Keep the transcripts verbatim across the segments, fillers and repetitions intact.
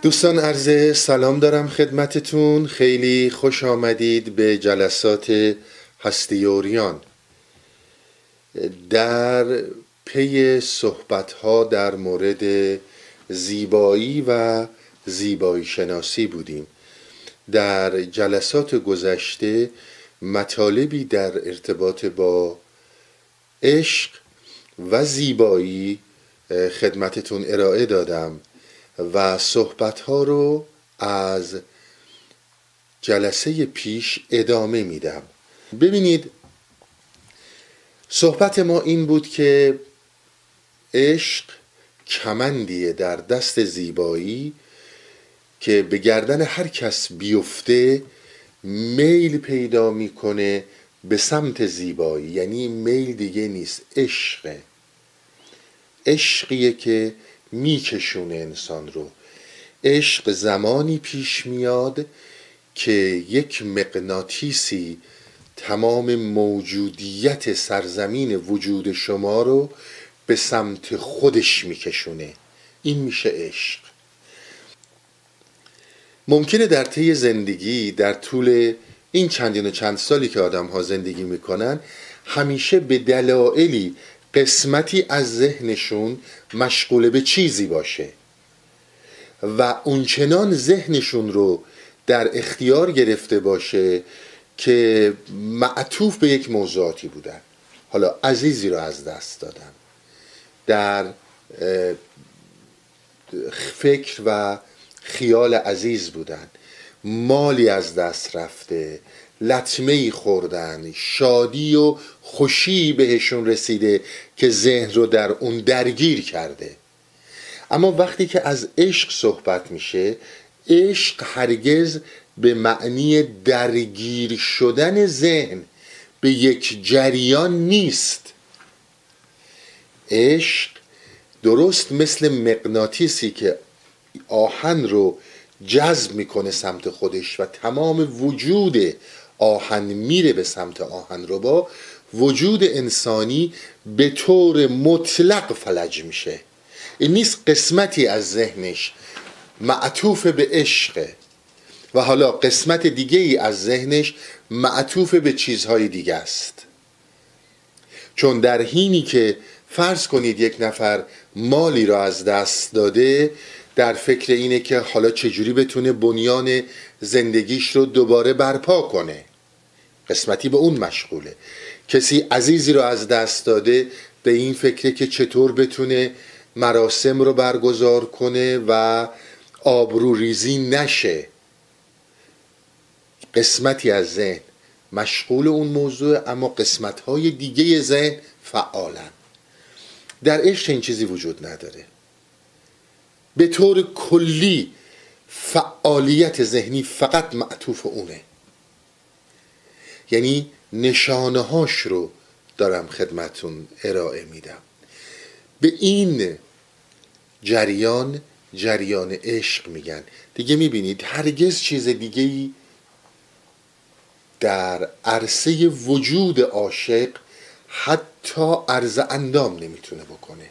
دوستان عرض سلام دارم خدمتتون. خیلی خوش آمدید به جلسات هستی عریان. در پی صحبت‌ها در مورد زیبایی و زیبایی شناسی بودیم. در جلسات گذشته مطالبی در ارتباط با عشق و زیبایی خدمتتون ارائه دادم و صحبت‌ها رو از جلسه پیش ادامه میدم. ببینید، صحبت ما این بود که عشق کمندیه در دست زیبایی که به گردن هر کس بیفته میل پیدا میکنه به سمت زیبایی. یعنی میل دیگه نیست، عشقه. عشقیه که میکشونه انسان رو. عشق زمانی پیش میاد که یک مغناطیسی تمام موجودیت سرزمین وجود شما رو به سمت خودش میکشونه. این میشه عشق. ممکنه در طی زندگی، در طول این چندین و چند سالی که آدم ها زندگی میکنن، همیشه به دلایلی قسمتی از ذهنشون مشغول به چیزی باشه و اونچنان ذهنشون رو در اختیار گرفته باشه که معطوف به یک موضوعاتی بودن. حالا عزیزی رو از دست دادن، در فکر و خیال عزیز بودن، مالی از دست رفته، لطمه‌ای خوردن، شادی و خوشی بهشون رسیده که ذهن رو در اون درگیر کرده. اما وقتی که از عشق صحبت میشه، عشق هرگز به معنی درگیر شدن ذهن به یک جریان نیست. عشق درست مثل مغناطیسی که آهن رو جذب میکنه سمت خودش و تمام وجود آهن میره به سمت آهن رو، با وجود انسانی به طور مطلق فلج میشه. این نیست قسمتی از ذهنش معطوف به عشقه و حالا قسمت دیگه ای از ذهنش معطوف به چیزهای دیگه است. چون در حینی که فرض کنید یک نفر مالی را از دست داده، در فکر اینه که حالا چجوری بتونه بنیان زندگیش رو دوباره برپا کنه، قسمتی به اون مشغوله. کسی عزیزی رو از دست داده، به این فکره که چطور بتونه مراسم رو برگزار کنه و آبروریزی نشه. قسمتی از ذهن مشغول اون موضوع، اما قسمت‌های دیگه ذهن فعالن. در عشق این چیزی وجود نداره. به طور کلی فعالیت ذهنی فقط معطوف اونه. یعنی نشانه هاش رو دارم خدمتون ارائه میدم. به این جریان جریان عشق میگن. دیگه میبینید هرگز چیز دیگه‌ای در عرصه وجود عاشق حتی عرض اندام نمیتونه بکنه.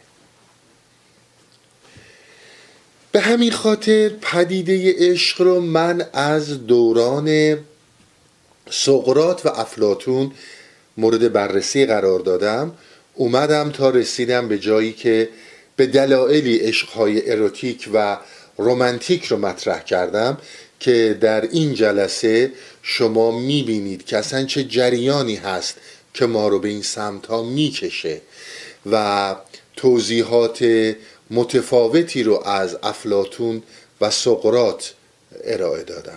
به همین خاطر پدیده عشق رو من از دوران سقراط و افلاطون مورد بررسی قرار دادم. اومدم تا رسیدم به جایی که به دلایلی عشق‌های اروتیک و رمانتیک رو مطرح کردم که در این جلسه شما میبینید که اصلا چه جریانی هست که ما رو به این سمت ها میکشه و توضیحات متفاوتی رو از افلاطون و سقراط ارائه دادم.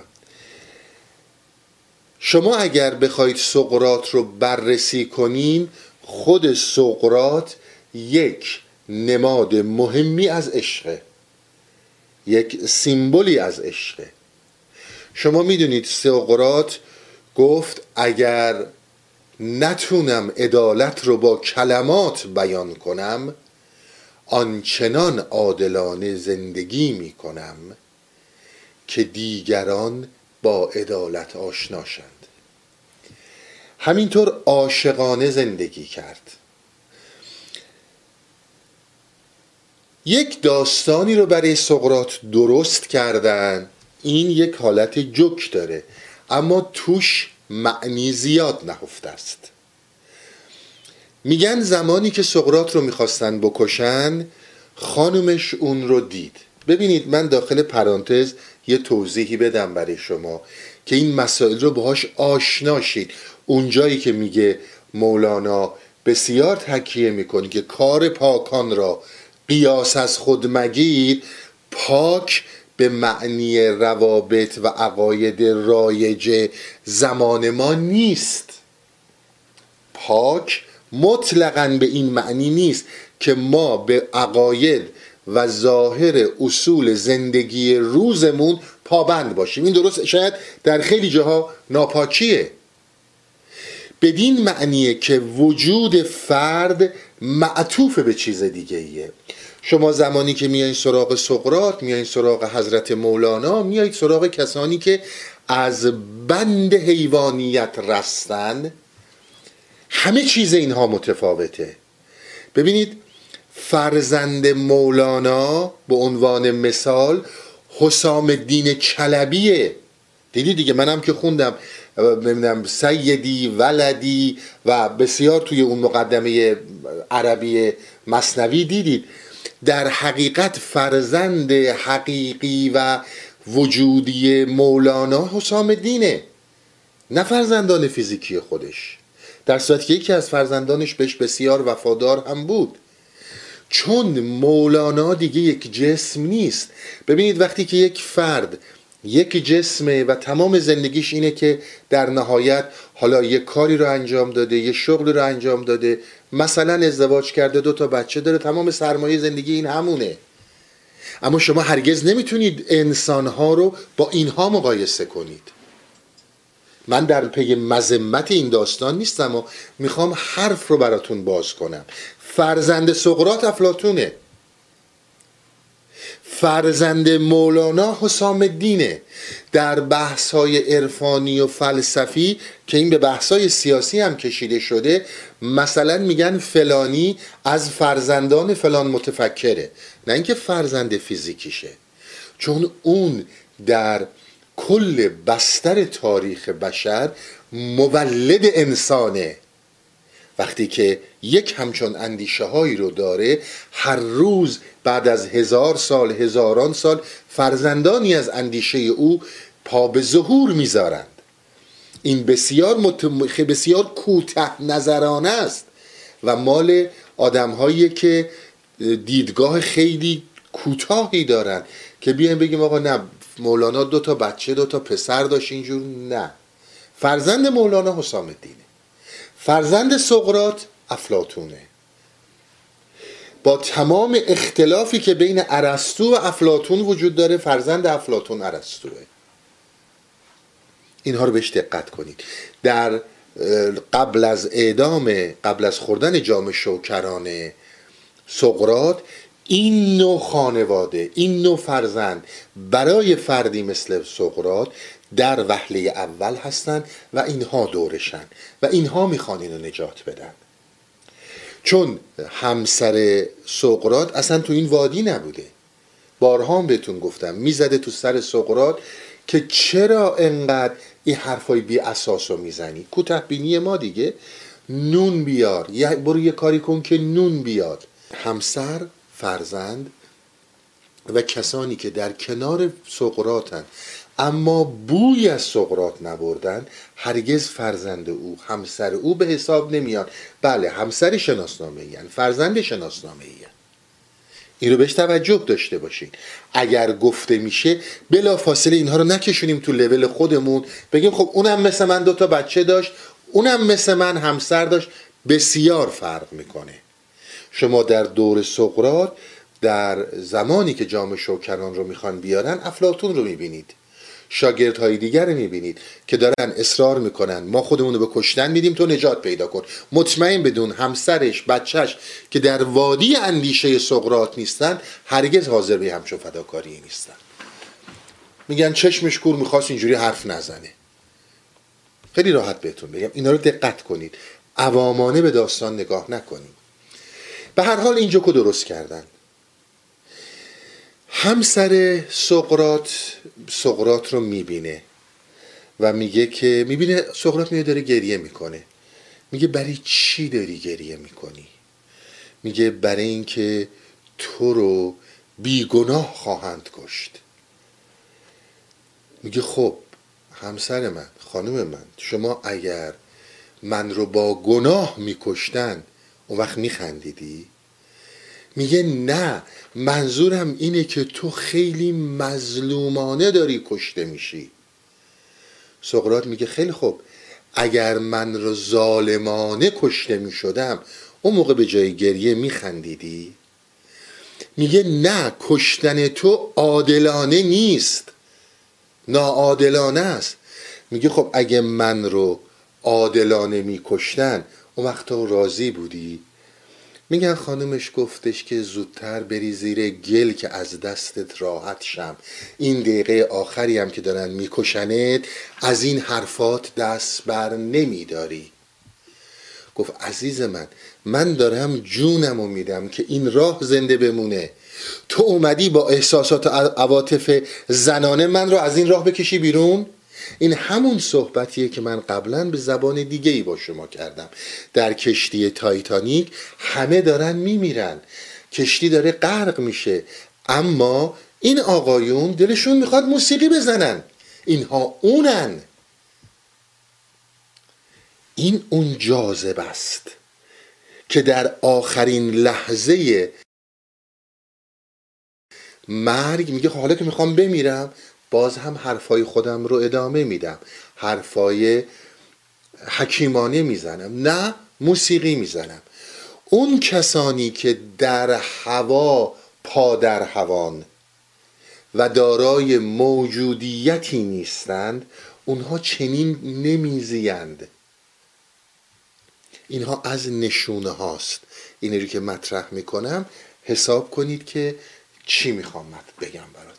شما اگر بخواید سقراط رو بررسی کنین، خود سقراط یک نماد مهمی از عشقه، یک سیمبولی از عشقه. شما میدونید سقراط گفت اگر نتونم عدالت رو با کلمات بیان کنم، آنچنان عادلانه زندگی میکنم که دیگران با عدالت آشناشند. همینطور عاشقانه زندگی کرد. یک داستانی رو برای سقراط درست کردن. این یک حالت جوک داره اما توش معنی زیاد نهفته است. میگن زمانی که سقراط رو میخواستن بکشن خانومش اون رو دید. ببینید من داخل پرانتز یه توضیحی بدم برای شما که این مسائل رو باهاش آشنا شید. اونجایی که میگه مولانا بسیار تکیه میکنه که کار پاکان را قیاس از خود مگیر، پاک به معنی روابط و عقاید رایج زمان ما نیست. پاک مطلقاً به این معنی نیست که ما به عقاید و ظاهر اصول زندگی روزمون پابند باشیم. این درست شاید در خیلی جاها ناپاکیه. بدین معنیه که وجود فرد معطوف به چیز دیگه ایه. شما زمانی که میایین سراغ سقراط، میایین سراغ حضرت مولانا، میایید سراغ کسانی که از بند حیوانیت رستن، همه چیز اینها متفاوته. ببینید فرزند مولانا به عنوان مثال حسام الدین چلبیه. دیدی دیگه، منم که خوندم نمیدونم سیدی ولدی و بسیار توی اون مقدمه عربی مثنوی دیدید. در حقیقت فرزند حقیقی و وجودی مولانا حسام الدینه، نه فرزندان فیزیکی خودش، در صورتی که یکی از فرزندانش بهش بسیار وفادار هم بود. چون مولانا دیگه یک جسم نیست. ببینید وقتی که یک فرد یک جسمه و تمام زندگیش اینه که در نهایت حالا یک کاری رو انجام داده، یک شغل رو انجام داده، مثلا ازدواج کرده، دو تا بچه داره، تمام سرمایه زندگی این همونه. اما شما هرگز نمیتونید انسانها رو با اینها مقایسه کنید. من در پی مذمت این داستان نیستم و میخوام حرف رو براتون باز کنم. فرزند سقراط افلاطونه، فرزند مولانا حسام الدینه. در بحث‌های عرفانی و فلسفی که این به بحث‌های سیاسی هم کشیده شده، مثلا میگن فلانی از فرزندان فلان متفکره، نه اینکه فرزند فیزیکیشه، چون اون در کل بستر تاریخ بشر مولد انسانه. وقتی که یک همچون اندیشه هایی رو داره، هر روز بعد از هزار سال هزاران سال فرزندانی از اندیشه او پا به ظهور میذارند. این بسیار مت... بسیار کوته نظرانه است و مال آدم هایی که دیدگاه خیلی کوتاهی دارن که بیایم بگیم آقا نه مولانا دو تا بچه دو تا پسر داشت اینجور. نه، فرزند مولانا حسام الدینه، فرزند سقراط افلاطونه. با تمام اختلافی که بین ارسطو و افلاطون وجود داره، فرزند افلاطون ارسطوه. اینها رو بهش دقت کنید. در قبل از اعدام، قبل از خوردن جام شوکران سقراط، این نوع خانواده، این نوع فرزند برای فردی مثل سقراط در وهله اول هستن و اینها دورشن و اینها میخوان اینو نجات بدن. چون همسر سقراط اصلا تو این وادی نبوده. بارها هم بهتون گفتم میزده تو سر سقراط که چرا انقدر این حرفای بی اساس رو میزنی. کوته بینی ما دیگه. نون بیار، یا برو یه کاری کن که نون بیاد. همسر، فرزند و کسانی که در کنار سقراطن اما بوی از سقراط نبردن، هرگز فرزند او، همسر او به حساب نمیان. بله همسر شناسنامه ای هن، فرزند شناسنامه ای هن. این رو بهش توجه داشته باشین. اگر گفته میشه بلا فاصله اینها رو نکشونیم تو لول خودمون، بگیم خب اونم مثل من دو تا بچه داشت، اونم مثل من همسر داشت. بسیار فرق میکنه. شما در دور سقراط، در زمانی که جام شوکران رو میخوان بیارن، افلاطون رو میبینید، شاگردهای دیگر رو میبینید که دارن اصرار میکنن ما خودمون رو به کشتن میدیم، تو نجات پیدا کن. مطمئن بدون همسرش، بچهش که در وادی اندیشه سقراط نیستن، هرگز حاضر به همچون فداکاری نیستن. میگن چشمش کور میخواست اینجوری حرف نزنه. خیلی راحت بهتون بگم اینا رو دقت کنید، عوامانه به داستان نگاه نکنید. به هر حال این جوکو درست کردن. همسر سقراط سقراط رو میبینه و میگه که میبینه سقراط میگه داره گریه میکنه. میگه برای چی داری گریه میکنی؟ میگه برای اینکه تو رو بیگناه خواهند کشت. میگه خب همسر من، خانم من، شما اگر من رو با گناه میکشتن اون وقت میخندیدی؟ میگه نه، منظورم اینه که تو خیلی مظلومانه داری کشته میشی. سقراط میگه خیلی خوب، اگر من رو ظالمانه کشته میشدم اون موقع به جای گریه میخندیدی؟ میگه نه، کشتن تو عادلانه نیست، ناعادلانه است. میگه خب اگه من رو عادلانه میکشتن اون وقت تو راضی بودی؟ میگن خانمش گفتش که زودتر بری زیر گل که از دستت راحت شم، این دقیقه آخری هم که دارن میکشنت از این حرفات دست بر نمیداری. گفت عزیز من، من دارم جونمو میدم که این راه زنده بمونه، تو اومدی با احساسات و عواطف زنانه من رو از این راه بکشی بیرون؟ این همون صحبتیه که من قبلا به زبان دیگه‌ای با شما کردم. در کشتی تایتانیک همه دارن میمیرن، کشتی داره غرق میشه، اما این آقایون دلشون میخواد موسیقی بزنن. اینها اونن. این اون جاذبه است که در آخرین لحظه مرگ میگه حالا که میخوام بمیرم باز هم حرفای خودم رو ادامه میدم، حرفای حکیمانه میزنم، نه موسیقی میزنم. اون کسانی که در هوا پا در هوان و دارای موجودیتی نیستند اونها چنین نمیزیند. اینها از نشونه هاست. اینی رو که مطرح میکنم حساب کنید که چی میخوام بگم براتون.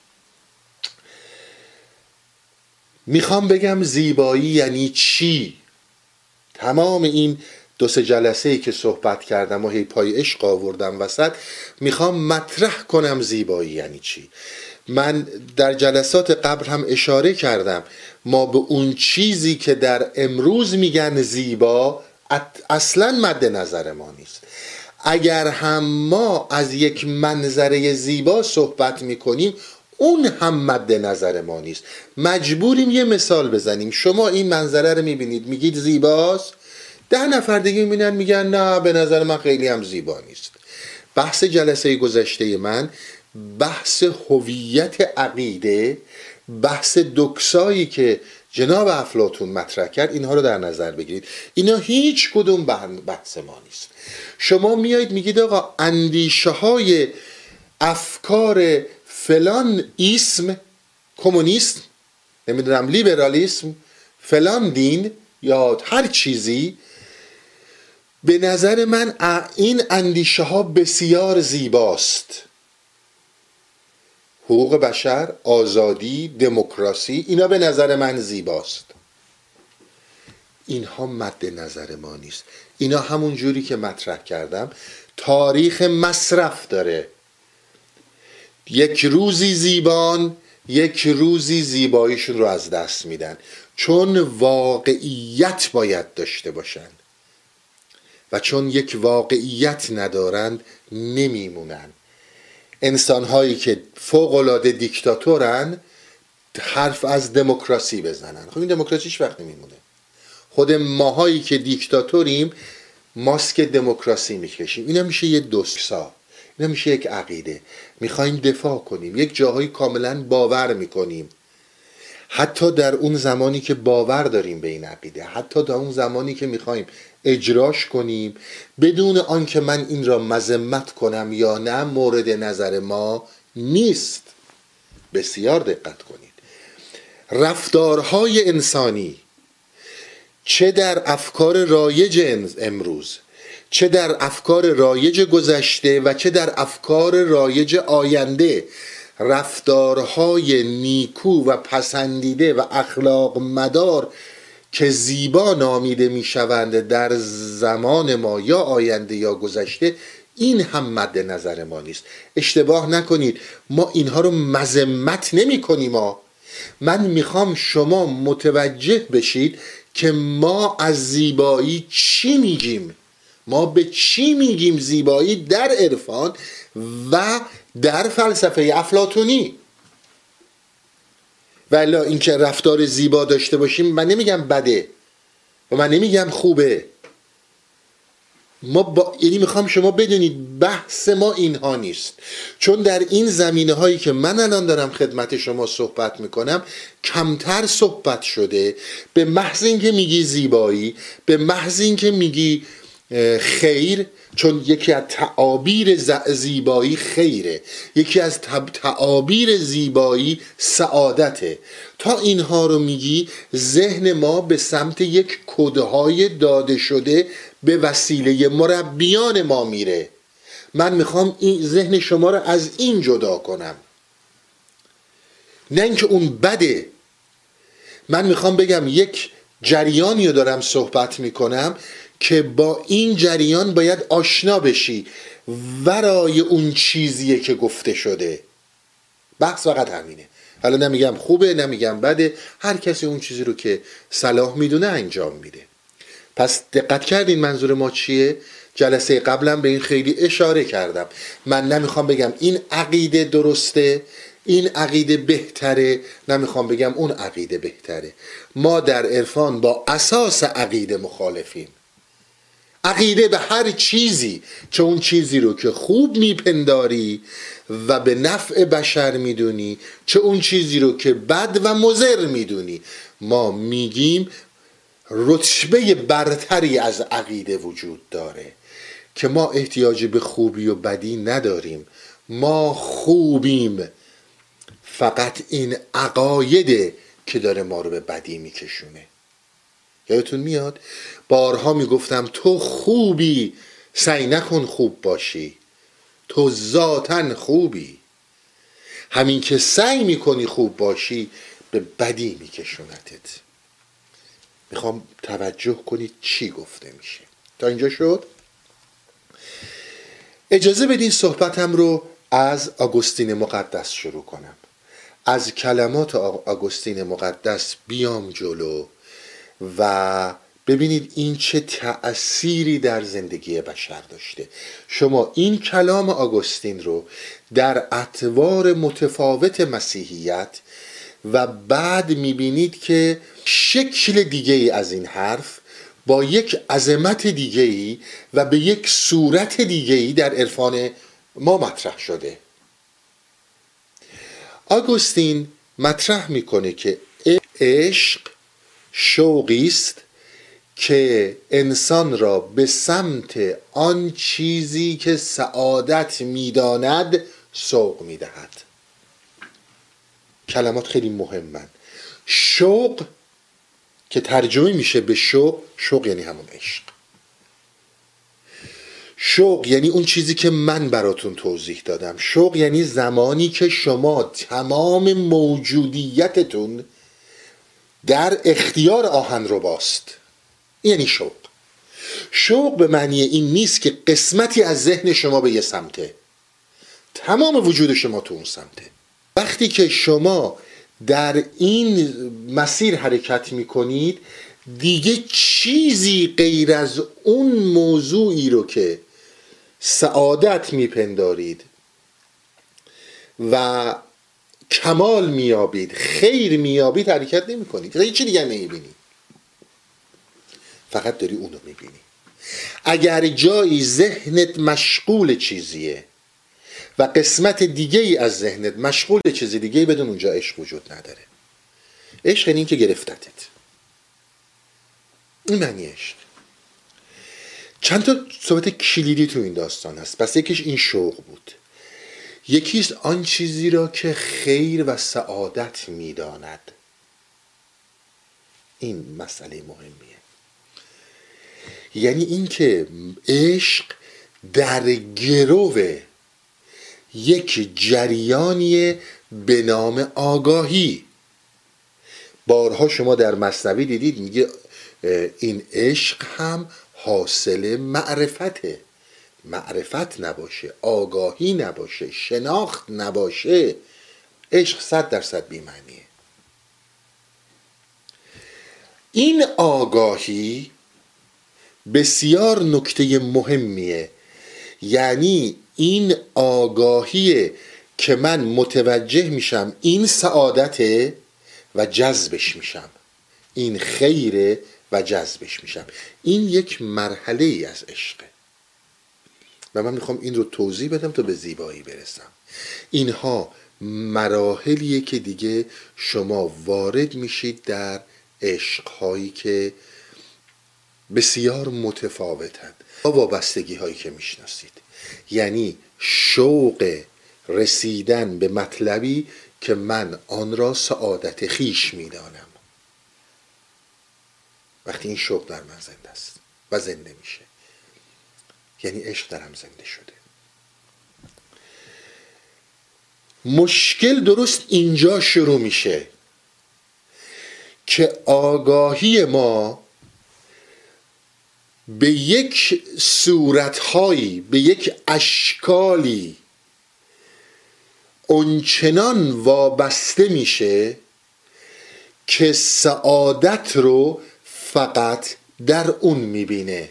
میخوام بگم زیبایی یعنی چی. تمام این دو سه جلسه ای که صحبت کردم و هی پای عشق آوردم وسط، میخوام مطرح کنم زیبایی یعنی چی. من در جلسات قبل هم اشاره کردم ما به اون چیزی که در امروز میگن زیبا اصلا مد نظر ما نیست. اگر هم ما از یک منظره زیبا صحبت میکنیم اون هم مد نظر ما نیست. مجبوریم یه مثال بزنیم. شما این منظره رو میبینید میگید زیباست، ده نفر دیگه میبینن میگن نه به نظر من خیلی هم زیبا نیست. بحث جلسه گذشته من بحث هویت عقیده، بحث دکسایی که جناب افلاطون مطرح کرد، اینها رو در نظر بگیرید. اینا هیچ کدوم بحث ما نیست. شما میایید میگید آقا اندیشه های افکار فلان اسم، کمونیسم، نمیدونم لیبرالیسم، فلان دین یا هر چیزی، به نظر من این اندیشه ها بسیار زیباست. حقوق بشر، آزادی، دموکراسی، اینا به نظر من زیباست. اینها مد نظر ما نیست. اینا همون جوری که مطرح کردم تاریخ مصرف داره. یک روزی زیبان، یک روزی زیباییشون رو از دست میدن، چون واقعیت باید داشته باشن و چون یک واقعیت ندارند نمیمونن. انسان هایی که فوق العاده دیکتاتورن حرف از دموکراسی بزنن، خب این دموکراسی هیچ وقت نمیمونه. خود ماهایی که دیکتاتوریم ماسک دموکراسی میکشیم. اینا میشه یه دوسا، اینا میشه یک عقیده. میخوایم دفاع کنیم، یک جاهایی کاملا باور میکنیم، حتی در اون زمانی که باور داریم به این عقیده، حتی در اون زمانی که میخوایم اجراش کنیم بدون آنکه من این را مذمت کنم یا نه مورد نظر ما نیست. بسیار دقت کنید. رفتارهای انسانی چه در افکار رایج امروز، چه در افکار رایج گذشته و چه در افکار رایج آینده، رفتارهای نیکو و پسندیده و اخلاق مدار که زیبا نامیده می شوند در زمان ما یا آینده یا گذشته، این هم مد نظر ما نیست. اشتباه نکنید، ما اینها رو مذمت نمی کنیم. ما من میخوام شما متوجه بشید که ما از زیبایی چی میگیم، ما به چی میگیم زیبایی در عرفان و در فلسفه افلاطونی. ولی اینکه رفتار زیبا داشته باشیم من نمیگم بده و من نمیگم خوبه. ما با... یعنی میخوام شما بدونید بحث ما اینها نیست، چون در این زمینه هایی که من الان دارم خدمت شما صحبت میکنم کمتر صحبت شده. به محض اینکه میگی زیبایی، به محض اینکه میگی خیر، چون یکی از تعابیر زیبایی خیره، یکی از تعابیر زیبایی سعادته، تا اینها رو میگی ذهن ما به سمت یک کدهای داده شده به وسیله مربیان ما میره. من میخوام این ذهن شما رو از این جدا کنم، نه اینکه اون بده. من میخوام بگم یک جریانی رو دارم صحبت میکنم که با این جریان باید آشنا بشی ورای اون چیزیه که گفته شده. بحث فقط همینه. حالا نمیگم خوبه نمیگم بده، هر کسی اون چیزی رو که صلاح میدونه انجام میده. پس دقت کردین منظور ما چیه؟ جلسه قبلا به این خیلی اشاره کردم. من نمیخوام بگم این عقیده درسته، این عقیده بهتره، نمیخوام بگم اون عقیده بهتره. ما در عرفان با اساس عقیده مخالفیم. عقیده به هر چیزی، چه اون چیزی رو که خوب میپنداری و به نفع بشر میدونی، چه اون چیزی رو که بد و مضر میدونی. ما میگیم رتبه برتری از عقیده وجود داره که ما احتیاج به خوبی و بدی نداریم. ما خوبیم، فقط این عقایده که داره ما رو به بدی میکشونه. یادتون میاد بارها میگفتم تو خوبی، سعی نکن خوب باشی، تو ذاتاً خوبی. همین که سعی میکنی خوب باشی به بدی میکشونتت. میخوام توجه کنید چی گفته میشه. تا اینجا شد؟ اجازه بدین صحبتم رو از آگوستین مقدس شروع کنم. از کلمات آگوستین مقدس بیام جلو و ببینید این چه تأثیری در زندگی بشر داشته. شما این کلام آگوستین رو در اطوار متفاوت مسیحیت و بعد میبینید که شکل دیگه ای از این حرف با یک عظمت دیگه ای و به یک صورت دیگه ای در عرفان ما مطرح شده. آگوستین مطرح میکنه که عشق شوقی است که انسان را به سمت آن چیزی که سعادت میداند سوق میدهد. کلمات خیلی مهمن. شوق که ترجمه میشه به شوق، شوق یعنی همون عشق. شوق یعنی اون چیزی که من براتون توضیح دادم. شوق یعنی زمانی که شما تمام موجودیتتون در اختیار آهنرباست. یعنی شوق. شوق به معنی این نیست که قسمتی از ذهن شما به یه سمته، تمام وجود شما تو اون سمته. وقتی که شما در این مسیر حرکت میکنید دیگه چیزی غیر از اون موضوعی رو که سعادت میپندارید و کمال میابید، خیر میابید، حرکت نمی کنید. هیچ دیگه نمیبینی، فقط داری اونو میبینی. اگر جایی ذهنت مشغول چیزیه و قسمت دیگه ای از ذهنت مشغول چیز دیگه ای، بدون اونجا عشق وجود نداره. عشق این که گرفتتت. این معنی عشق. چند تا صحبت کلیدی تو این داستان هست. پس یکیش این شوق بود، یکیش آن چیزی را که خیر و سعادت میداند. این مسئله مهمیه. یعنی این که عشق در گرو یک جریانیه به نام آگاهی. بارها شما در مثنوی دیدید میگه این عشق هم حاصل معرفته. معرفت نباشه، آگاهی نباشه، شناخت نباشه، عشق صد درصد بی‌معنیه. این آگاهی بسیار نکته مهمیه. یعنی این آگاهیه که من متوجه میشم این سعادته و جذبش میشم، این خیره و جذبش میشم. این یک مرحله ای از عشقه و من میخوام این رو توضیح بدم تا به زیبایی برسم. اینها مراحلیه که دیگه شما وارد میشید در عشقهایی که بسیار متفاوتند با وابستگی هایی که میشناسید. یعنی شوق رسیدن به مطلبی که من آن را سعادت خیش میدانم. وقتی این شوق در من زنده است و زنده میشه، یعنی عشق درم زنده شده. مشکل درست اینجا شروع میشه که آگاهی ما به یک صورتهایی، به یک اشکالی اونچنان وابسته میشه که سعادت رو فقط در اون میبینه،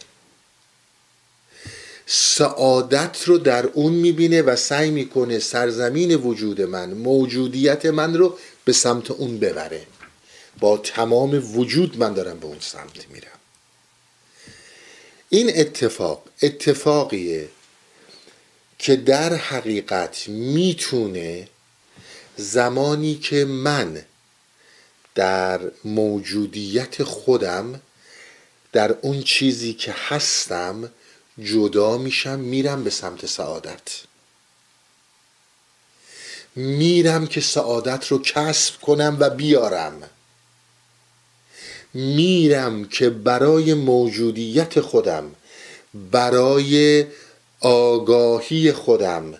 سعادت رو در اون میبینه و سعی میکنه سرزمین وجود من، موجودیت من رو به سمت اون ببره. با تمام وجود من دارم به اون سمت میرم. این اتفاق اتفاقیه که در حقیقت میتونه زمانی که من در موجودیت خودم، در اون چیزی که هستم جدا میشم، میرم به سمت سعادت، میرم که سعادت رو کسب کنم و بیارم، میرم که برای موجودیت خودم، برای آگاهی خودم،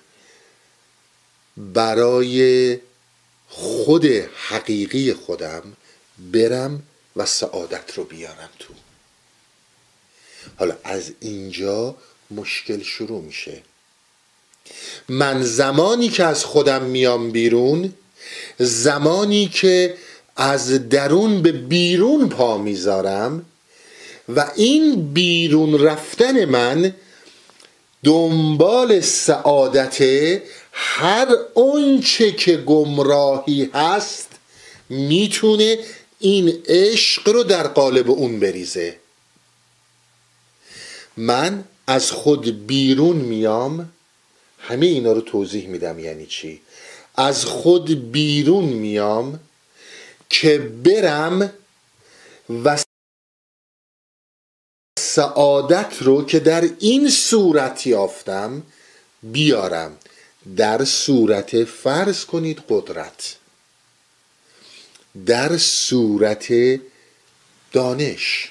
برای خود حقیقی خودم برم و سعادت رو بیارم تو. حالا از اینجا مشکل شروع میشه. من زمانی که از خودم میام بیرون، زمانی که از درون به بیرون پا میذارم و این بیرون رفتن من دنبال سعادت، هر اونچه که گمراهی هست میتونه این عشق رو در قالب اون بریزه. من از خود بیرون میام، همه اینا رو توضیح میدم یعنی چی. از خود بیرون میام که برم و سعادت رو که در این صورت یافتم بیارم، در صورت فرض کنید قدرت، در صورت دانش،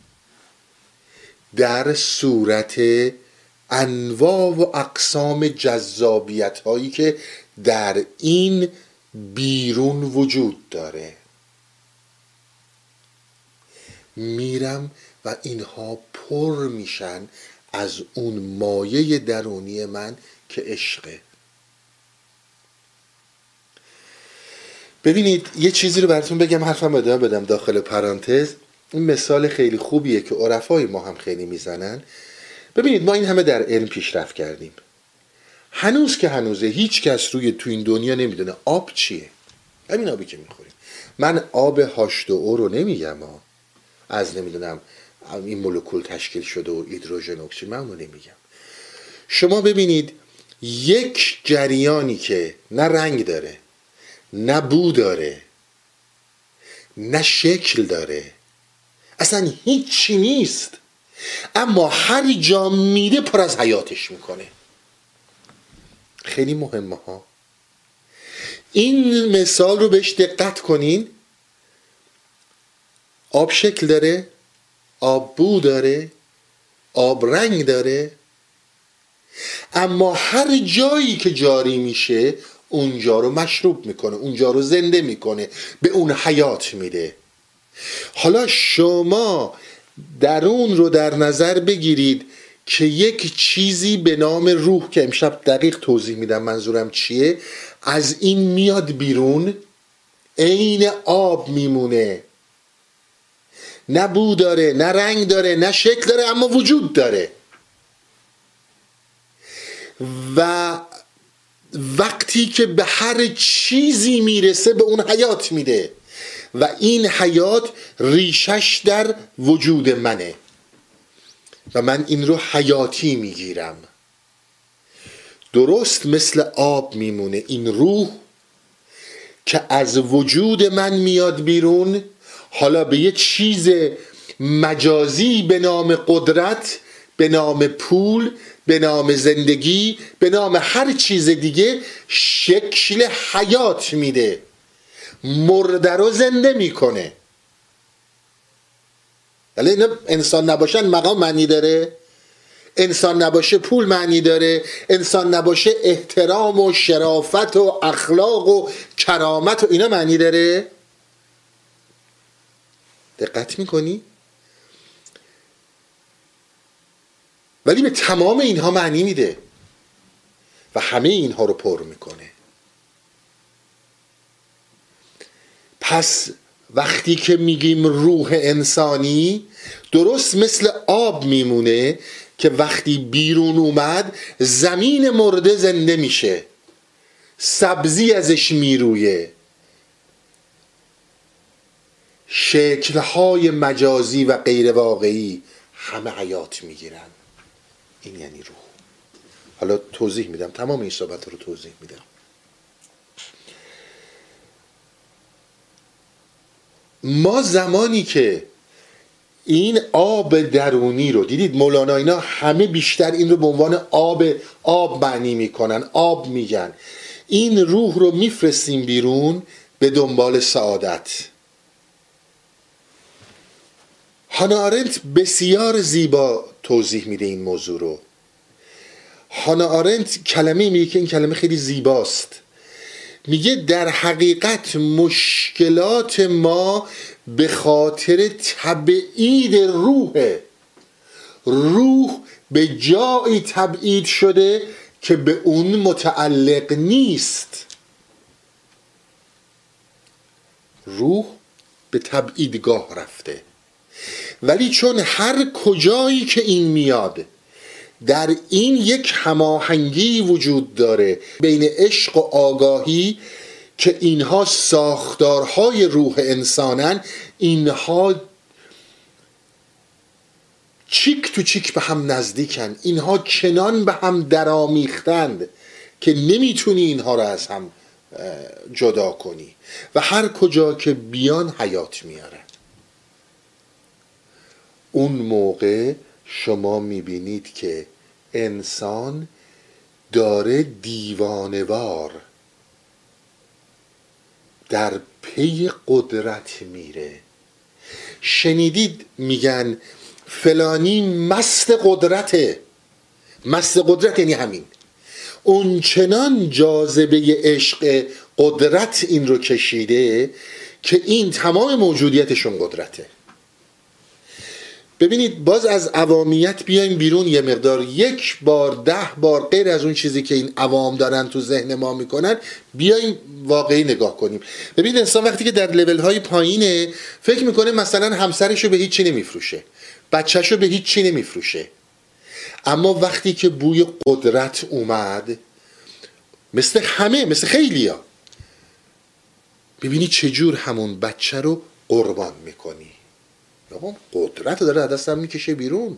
در صورت انواع و اقسام جذابیت هایی که در این بیرون وجود داره. میرم و اینها پر میشن از اون مایه درونی من که عشقه. ببینید یه چیزی رو براتون بگم، حرفم ادامه بدم داخل پرانتز. این مثال خیلی خوبیه که عرفای ما هم خیلی میزنن. ببینید ما این همه در علم پیشرفت کردیم، هنوز که هنوزه هیچ کس روی تو این دنیا نمیدونه آب چیه. همین آبی که میخوریم. من آب هاش دو او رو نمیگم ها، از نمیدونم این مولکول تشکیل شده و هیدروژن اکسیژن، من اونو نمیگم. شما ببینید یک جریانی که نه رنگ داره، نه بو داره، نه شکل داره، اصلا هیچی نیست، اما هر جا میره پر از حیاتش میکنه. خیلی مهمه ها. این مثال رو بهش دقت کنین. آب شکل داره، آب بو داره، آب رنگ داره، اما هر جایی که جاری میشه اونجا رو مشروب میکنه، اونجا رو زنده میکنه، به اون حیات میده. حالا شما درون رو در نظر بگیرید که یک چیزی به نام روح، که امشب دقیق توضیح میدم منظورم چیه، از این میاد بیرون، عین آب میمونه، نه بو داره، نه رنگ داره، نه شکل داره، اما وجود داره. و وقتی که به هر چیزی میرسه به اون حیات میده و این حیات ریشش در وجود منه و من این رو حیاتی میگیرم. درست مثل آب میمونه این روح که از وجود من میاد بیرون، حالا به یه چیز مجازی به نام قدرت، به نام پول، به نام زندگی، به نام هر چیز دیگه شکل حیات میده، مرده رو زنده میکنه. ولی اینا انسان نباشن مقام معنی داره؟ انسان نباشه پول معنی داره؟ انسان نباشه احترام و شرافت و اخلاق و کرامت و اینا معنی داره؟ دقت میکنی؟ ولی به تمام اینها معنی میده و همه اینها رو پر میکنه. پس وقتی که میگیم روح انسانی، درست مثل آب میمونه که وقتی بیرون اومد زمین مرده زنده میشه، سبزی ازش میرویه، شکلهای مجازی و غیر واقعی همه حیات میگیرن. این یعنی روح. حالا توضیح میدم، تمام این صحبت رو توضیح میدم. ما زمانی که این آب درونی رو دیدید، مولانا اینا همه بیشتر این رو به عنوان آب آب معنی میکنن، آب میگن. این روح رو میفرستیم بیرون به دنبال سعادت. هانا آرنت بسیار زیبا توضیح میده این موضوع رو. هانا آرنت کلمه میگه که این کلمه خیلی زیباست. میگه در حقیقت مشکلات ما به خاطر تبعید روحه. روح به جایی تبعید شده که به اون متعلق نیست. روح به تبعیدگاه رفته. ولی چون هر کجایی که این میاد در این یک هماهنگی وجود داره بین عشق و آگاهی که اینها ساختارهای روح انسانن، اینها چیک تو چیک به هم نزدیکن، اینها چنان به هم درامیختند که نمیتونی اینها را از هم جدا کنی و هر کجا که بیان حیات میارن. اون موقع شما میبینید که انسان داره دیوانوار در پی قدرت میره. شنیدید میگن فلانی مست قدرته. مست قدرت یعنی همین. اون چنان جاذبه عشق قدرت این رو کشیده که این تمام موجودیتشون قدرته. ببینید باز از عوامیت بیایم بیرون یه مقدار، یک بار ده بار غیر از اون چیزی که این عوام دارن تو ذهن ما میکنن، بیایم واقعی نگاه کنیم. ببینید انسان وقتی که در لول های پایینه فکر میکنه مثلا همسرشو به هیچ چی نمیفروشه، بچهشو به هیچ چی نمیفروشه، اما وقتی که بوی قدرت اومد، مثل همه، مثل خیلیا، ببینید چجور همون بچه رو قربان میکنی. قدرت داره از دستم میکشه بیرون.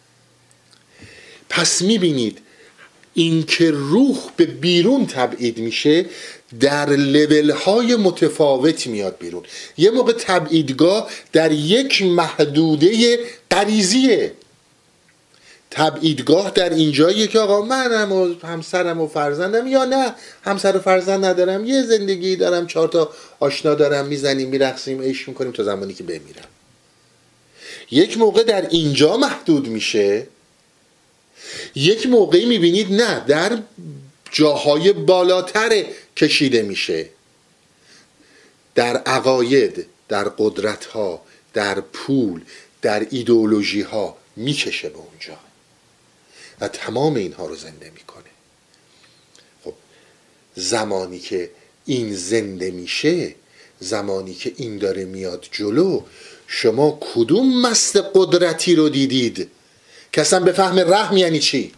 پس میبینید این که روح به بیرون تبعید میشه در لول های متفاوت میاد بیرون. یه موقع تبعیدگاه در یک محدوده غریزیه. تبعیدگاه در اینجاییه که آقا منم و همسرم و فرزندم، یا نه همسر و فرزند ندارم، یه زندگی دارم، چهار تا آشنا دارم، میزنیم میرقصیم عیش میکنیم تا زمانی که بمیرم. یک موقع در اینجا محدود میشه، یک موقعی میبینید نه در جاهای بالاتر کشیده میشه، در عقاید، در قدرت ها، در پول، در ایدئولوژی ها میکشه به اونجا و تمام اینها رو زنده میکنه. خب زمانی که این زنده میشه، زمانی که این داره میاد جلو، شما کدوم مست قدرتی رو دیدید که اصلا بفهم رحم یعنی چی؟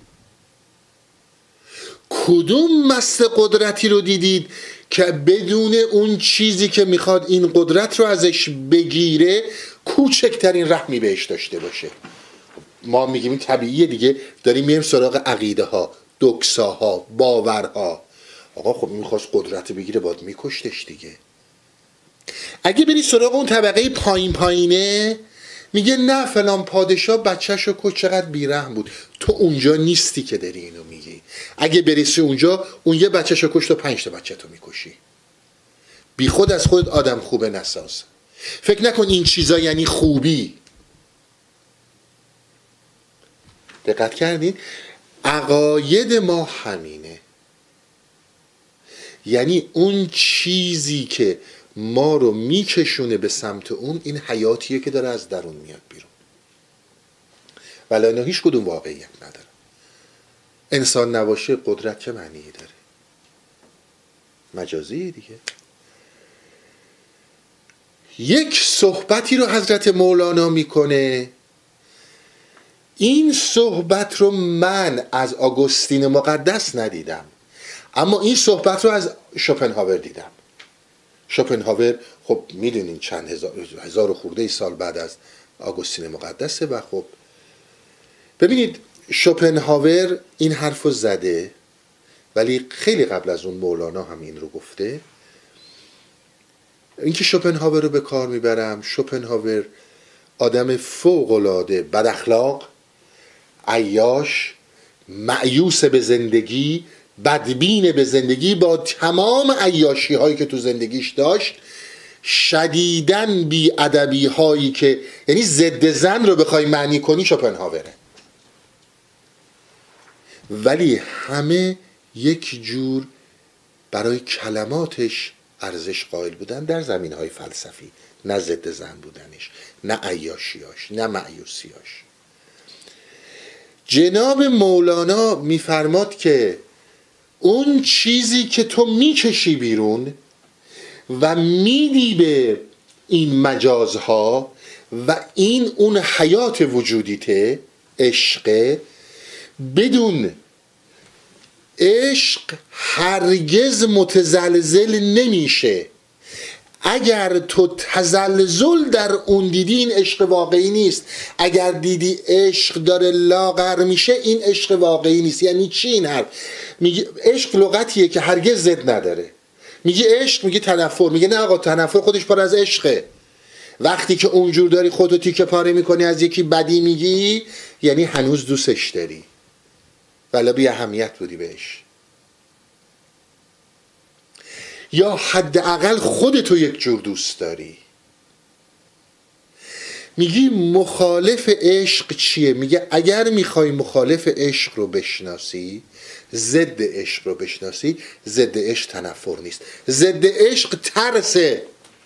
کدوم مست قدرتی رو دیدید که بدون اون چیزی که میخواد این قدرت رو ازش بگیره کوچکترین رحمی بهش داشته باشه؟ ما میگیم این طبیعیه دیگه، داریم میریم سراغ عقیده ها، دکساها، باورها. آقا خب میخواست قدرت بگیره باید میکشتش دیگه. اگه بری سراغ اون طبقه پایین پایینه، میگه نه فلان پادشاه بچه‌شو کشت، چقدر بیرحم بود. تو اونجا نیستی که داری اینو میگی. اگه برسی اونجا، اون یه بچه‌شو کشت و پنج تا بچه تو میکشی. بی خود از خودت آدم خوبه نساز. فکر نکن این چیزا یعنی خوبی. دقت کردین؟ عقاید ما همینه. یعنی اون چیزی که ما رو میکشونه به سمت اون، این حیاتیه که داره از درون میاد بیرون، ولی اینا هیچ کدوم واقعیت نداره. انسان نباشه قدرت چه معنی داره؟ مجازی دیگه. یک صحبتی رو حضرت مولانا میکنه، این صحبت رو من از آگوستین مقدس ندیدم، اما این صحبت رو از شوپنهاور دیدم. شوپنهاور خب میدونین چند هزار, هزار و خورده سال بعد از آگوستین مقدسه و خب ببینید شوپنهاور این حرف رو زده، ولی خیلی قبل از اون مولانا هم این رو گفته. اینکه شوپنهاور رو به کار میبرم، شوپنهاور آدم فوق‌العاده بد اخلاق، عیاش، مایوس به زندگی، بدبین به زندگی، با تمام عیاشی هایی که تو زندگیش داشت، شدیداً بی ادبی هایی که یعنی ضد زن رو بخوای معنی کنی شوپنهاوره، ولی همه یک جور برای کلماتش ارزش قائل بودن در زمین های فلسفی، نه ضد زن بودنش، نه عیاشیاش، نه مایوسیاش. جناب مولانا میفرماد که اون چیزی که تو میکشی بیرون و میدی به این مجازها و این اون حیات وجودیته، عشق، بدون عشق هرگز متزلزل نمیشه. اگر تو تزلزل در اون دیدی، این عشق واقعی نیست. اگر دیدی عشق داره لاغر میشه، این عشق واقعی نیست. یعنی چی این حرف؟ میگه عشق لغتیه که هرگز ضد نداره. میگه عشق، میگه تنفر، میگه نه آقا تنفر خودش پر از عشقه. وقتی که اونجور داری خودتو تیکه پاره میکنی، از یکی بدی میگی، یعنی هنوز دوستش داری ولی بی اهمیت بودی بهش، یا حداقل خودتو یک جور دوست داری. میگی مخالف عشق چیه؟ میگه اگر میخوای مخالف عشق رو بشناسی، ضد عشق رو بشناسی، ضد عشق تنفر نیست، ضد عشق ترسه،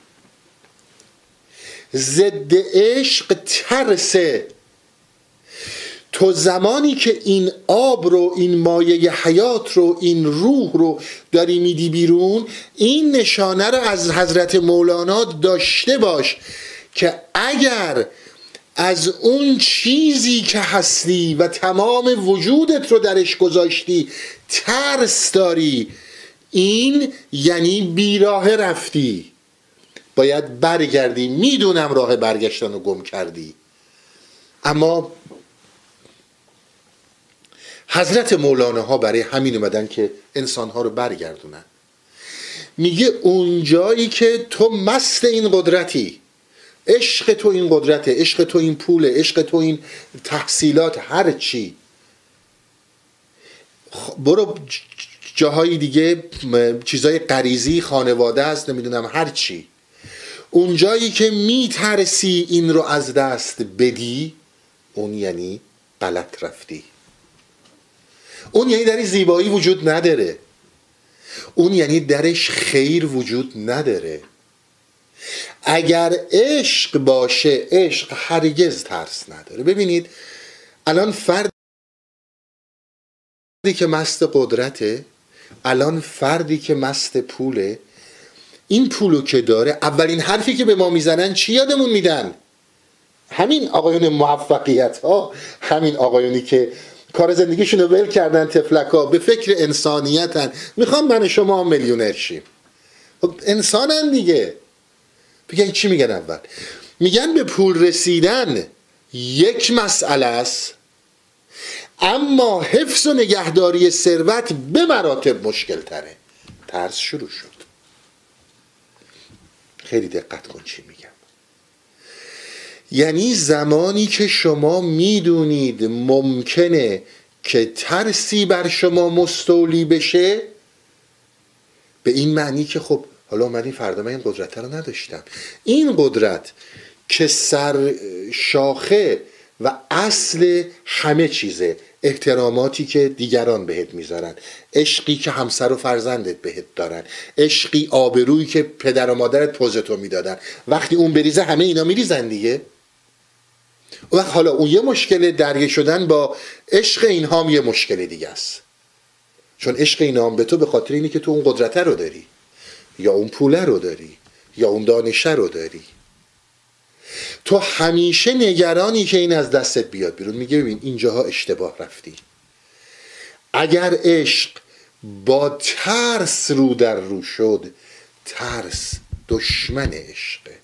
ضد عشق ترسه. تو زمانی که این آب رو، این مایه حیات رو، این روح رو داری میدی بیرون، این نشانه رو از حضرت مولانا داشته باش که اگر از اون چیزی که هستی و تمام وجودت رو درش گذاشتی ترس داری، این یعنی بیراه رفتی، باید برگردی. میدونم راه برگشتن رو گم کردی، اما حضرت مولانا ها برای همین اومدن که انسان ها رو برگردونن. میگه اون جایی که تو مست این قدرتی، عشق تو این قدرته، عشق تو این پوله، عشق تو این تحصیلات، هر چی، برو جاهای دیگه چیزای غریزی، خانواده است، نمیدونم هر چی، اون جایی که میترسی این رو از دست بدی، اون یعنی غلط رفتی. اون یعنی درش زیبایی وجود نداره، اون یعنی درش خیر وجود نداره. اگر عشق باشه، عشق هرگز ترس نداره. ببینید الان فردی که مست قدرته، الان فردی که مست پوله، این پولو که داره اولین حرفی که به ما میزنن چی یادمون میدن؟ همین آقایون موفقیت ها، همین آقایونی که کار زندگیشون رو ول کردن، تفلکا به فکر انسانیتن، میخوان من شما میلیونر شیم. خب انسانن دیگه. بگن چی میگن اول؟ میگن به پول رسیدن یک مسئله است، اما حفظ و نگهداری ثروت به مراتب مشکل تره. ترس شروع شد. خیلی دقت کن چی میگم. یعنی زمانی که شما میدونید ممکنه که ترسی بر شما مستولی بشه، به این معنی که خب حالا اومدی فردا من این قدرت رو نداشتم. این قدرت که سر شاخه و اصل همه چیزه، احتراماتی که دیگران بهت میذارن، عشقی که همسر و فرزندت بهت دارن، عشقی آبرویی که پدر و مادرت پوزتو میدادن، وقتی اون بریزه همه اینا میریزن دیگه. و حالا اون یه مشکل درگیر شدن با عشق اینها هم یه مشکل دیگه است، چون عشق اینها هم به تو به خاطر اینی که تو اون قدرت رو داری، یا اون پوله رو داری، یا اون دانشه رو داری. تو همیشه نگرانی که این از دستت بیاد بیرون. میگه ببین اینجاها اشتباه رفتی. اگر عشق با ترس رو در رو شد، ترس دشمن عشقه،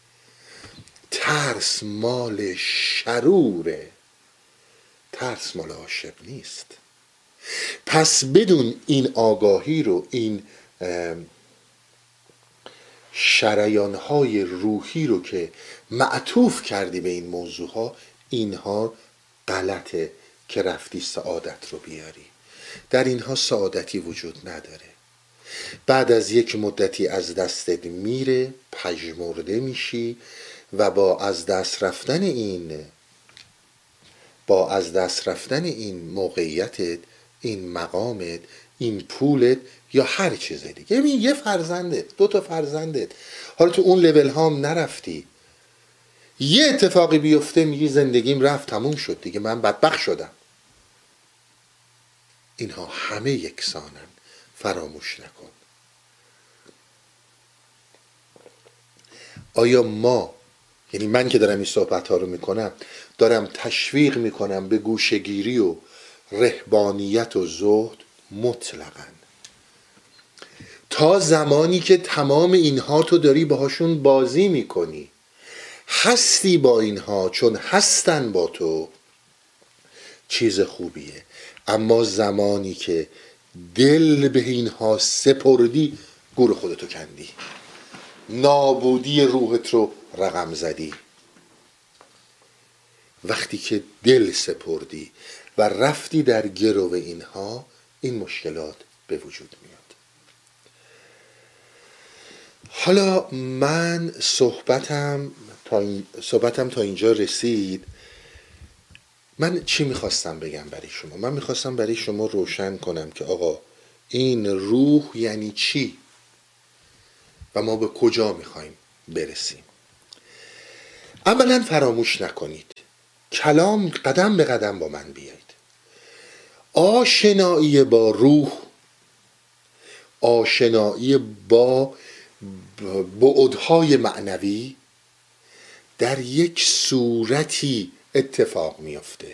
ترس مال شروره، ترس مال عاشق نیست. پس بدون این آگاهی رو، این شریان‌های روحی رو که معطوف کردی به این موضوع ها، اینها غلطه که رفتی سعادت رو بیاری. در اینها سعادتی وجود نداره. بعد از یک مدتی از دستت میره، پژمرده میشی و با از دست رفتن این با از دست رفتن این موقعیتت، این مقامت، این پولت یا هر چیز دیگه، ببین یه فرزندت، دو تا فرزندت، حالا تو اون لول ها هم نرفتی، یه اتفاقی بیفته میگی زندگیم رفت، تموم شد دیگه، من بدبخت شدم. اینها همه یکسانن، فراموش نکن. آیا ما، یعنی من که دارم این صحبت ها رو میکنم، دارم تشویق میکنم به گوشه‌گیری و رهبانیت و زهد؟ مطلقاً. تا زمانی که تمام اینها تو داری باهاشون بازی میکنی، هستی با اینها چون هستن با تو، چیز خوبیه. اما زمانی که دل به اینها سپردی، گور خودتو کندی، نابودی روحت رو رقم زدی. وقتی که دل سپردی و رفتی در گرو اینها، این مشکلات به وجود میاد. حالا من صحبتم تا, این صحبتم تا اینجا رسید. من چی میخواستم بگم برای شما؟ من میخواستم برای شما روشن کنم که آقا این روح یعنی چی و ما به کجا میخوایم برسیم. اولا فراموش نکنید، کلام قدم به قدم با من بیایید. آشنایی با روح، آشنایی با بعدهای معنوی در یک صورتی اتفاق میفته.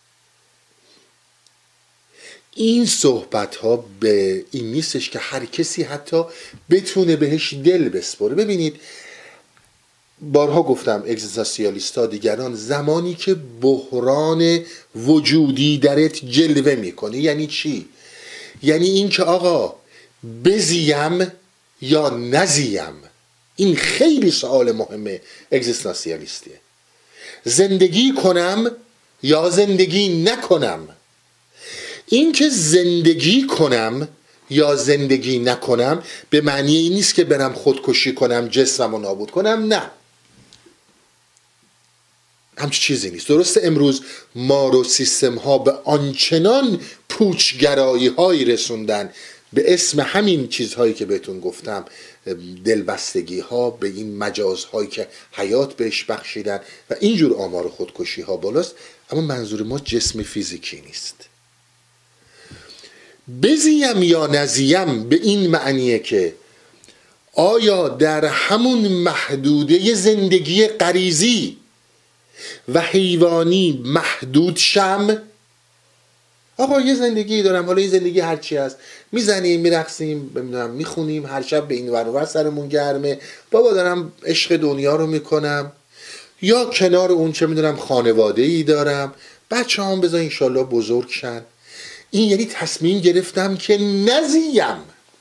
این صحبت ها به این نیستش که هر کسی حتی بتونه بهش دل بسپره. ببینید بارها گفتم، اگزیستانسیالیست ها دیگران، زمانی که بحران وجودی درت جلوه میکنه، یعنی چی؟ یعنی این که آقا بزیم یا نزیم. این خیلی سوال مهمه اگزیستانسیالیستیه. زندگی کنم یا زندگی نکنم. این که زندگی کنم یا زندگی نکنم به معنی این نیست که برم خودکشی کنم، جسمم رو نابود کنم. نه، همچه چیزی نیست. درسته امروز ما رو سیستم ها به آنچنان پوچگرایی هایی رسوندن به اسم همین چیزهایی که بهتون گفتم، دلبستگی ها، به این مجازهایی که حیات بهش بخشیدن و اینجور آمار خودکشی ها بالاست. اما منظور ما جسم فیزیکی نیست. بزیم یا نزیم به این معنیه که آیا در همون محدوده زندگی غریزی و حیوانی محدود شم؟ آقا یه زندگی دارم، حالا این زندگی هرچی هست، میزنیم، میرقصیم، بمیدونم میخونیم، هر شب به این ور و ور سرمون گرمه، بابا دارم عشق دنیا رو میکنم، یا کنار اون چه میدونم خانواده ای دارم، بچه هم بذار انشالله بزرگ شن. این یعنی تصمیم گرفتم که نزیم.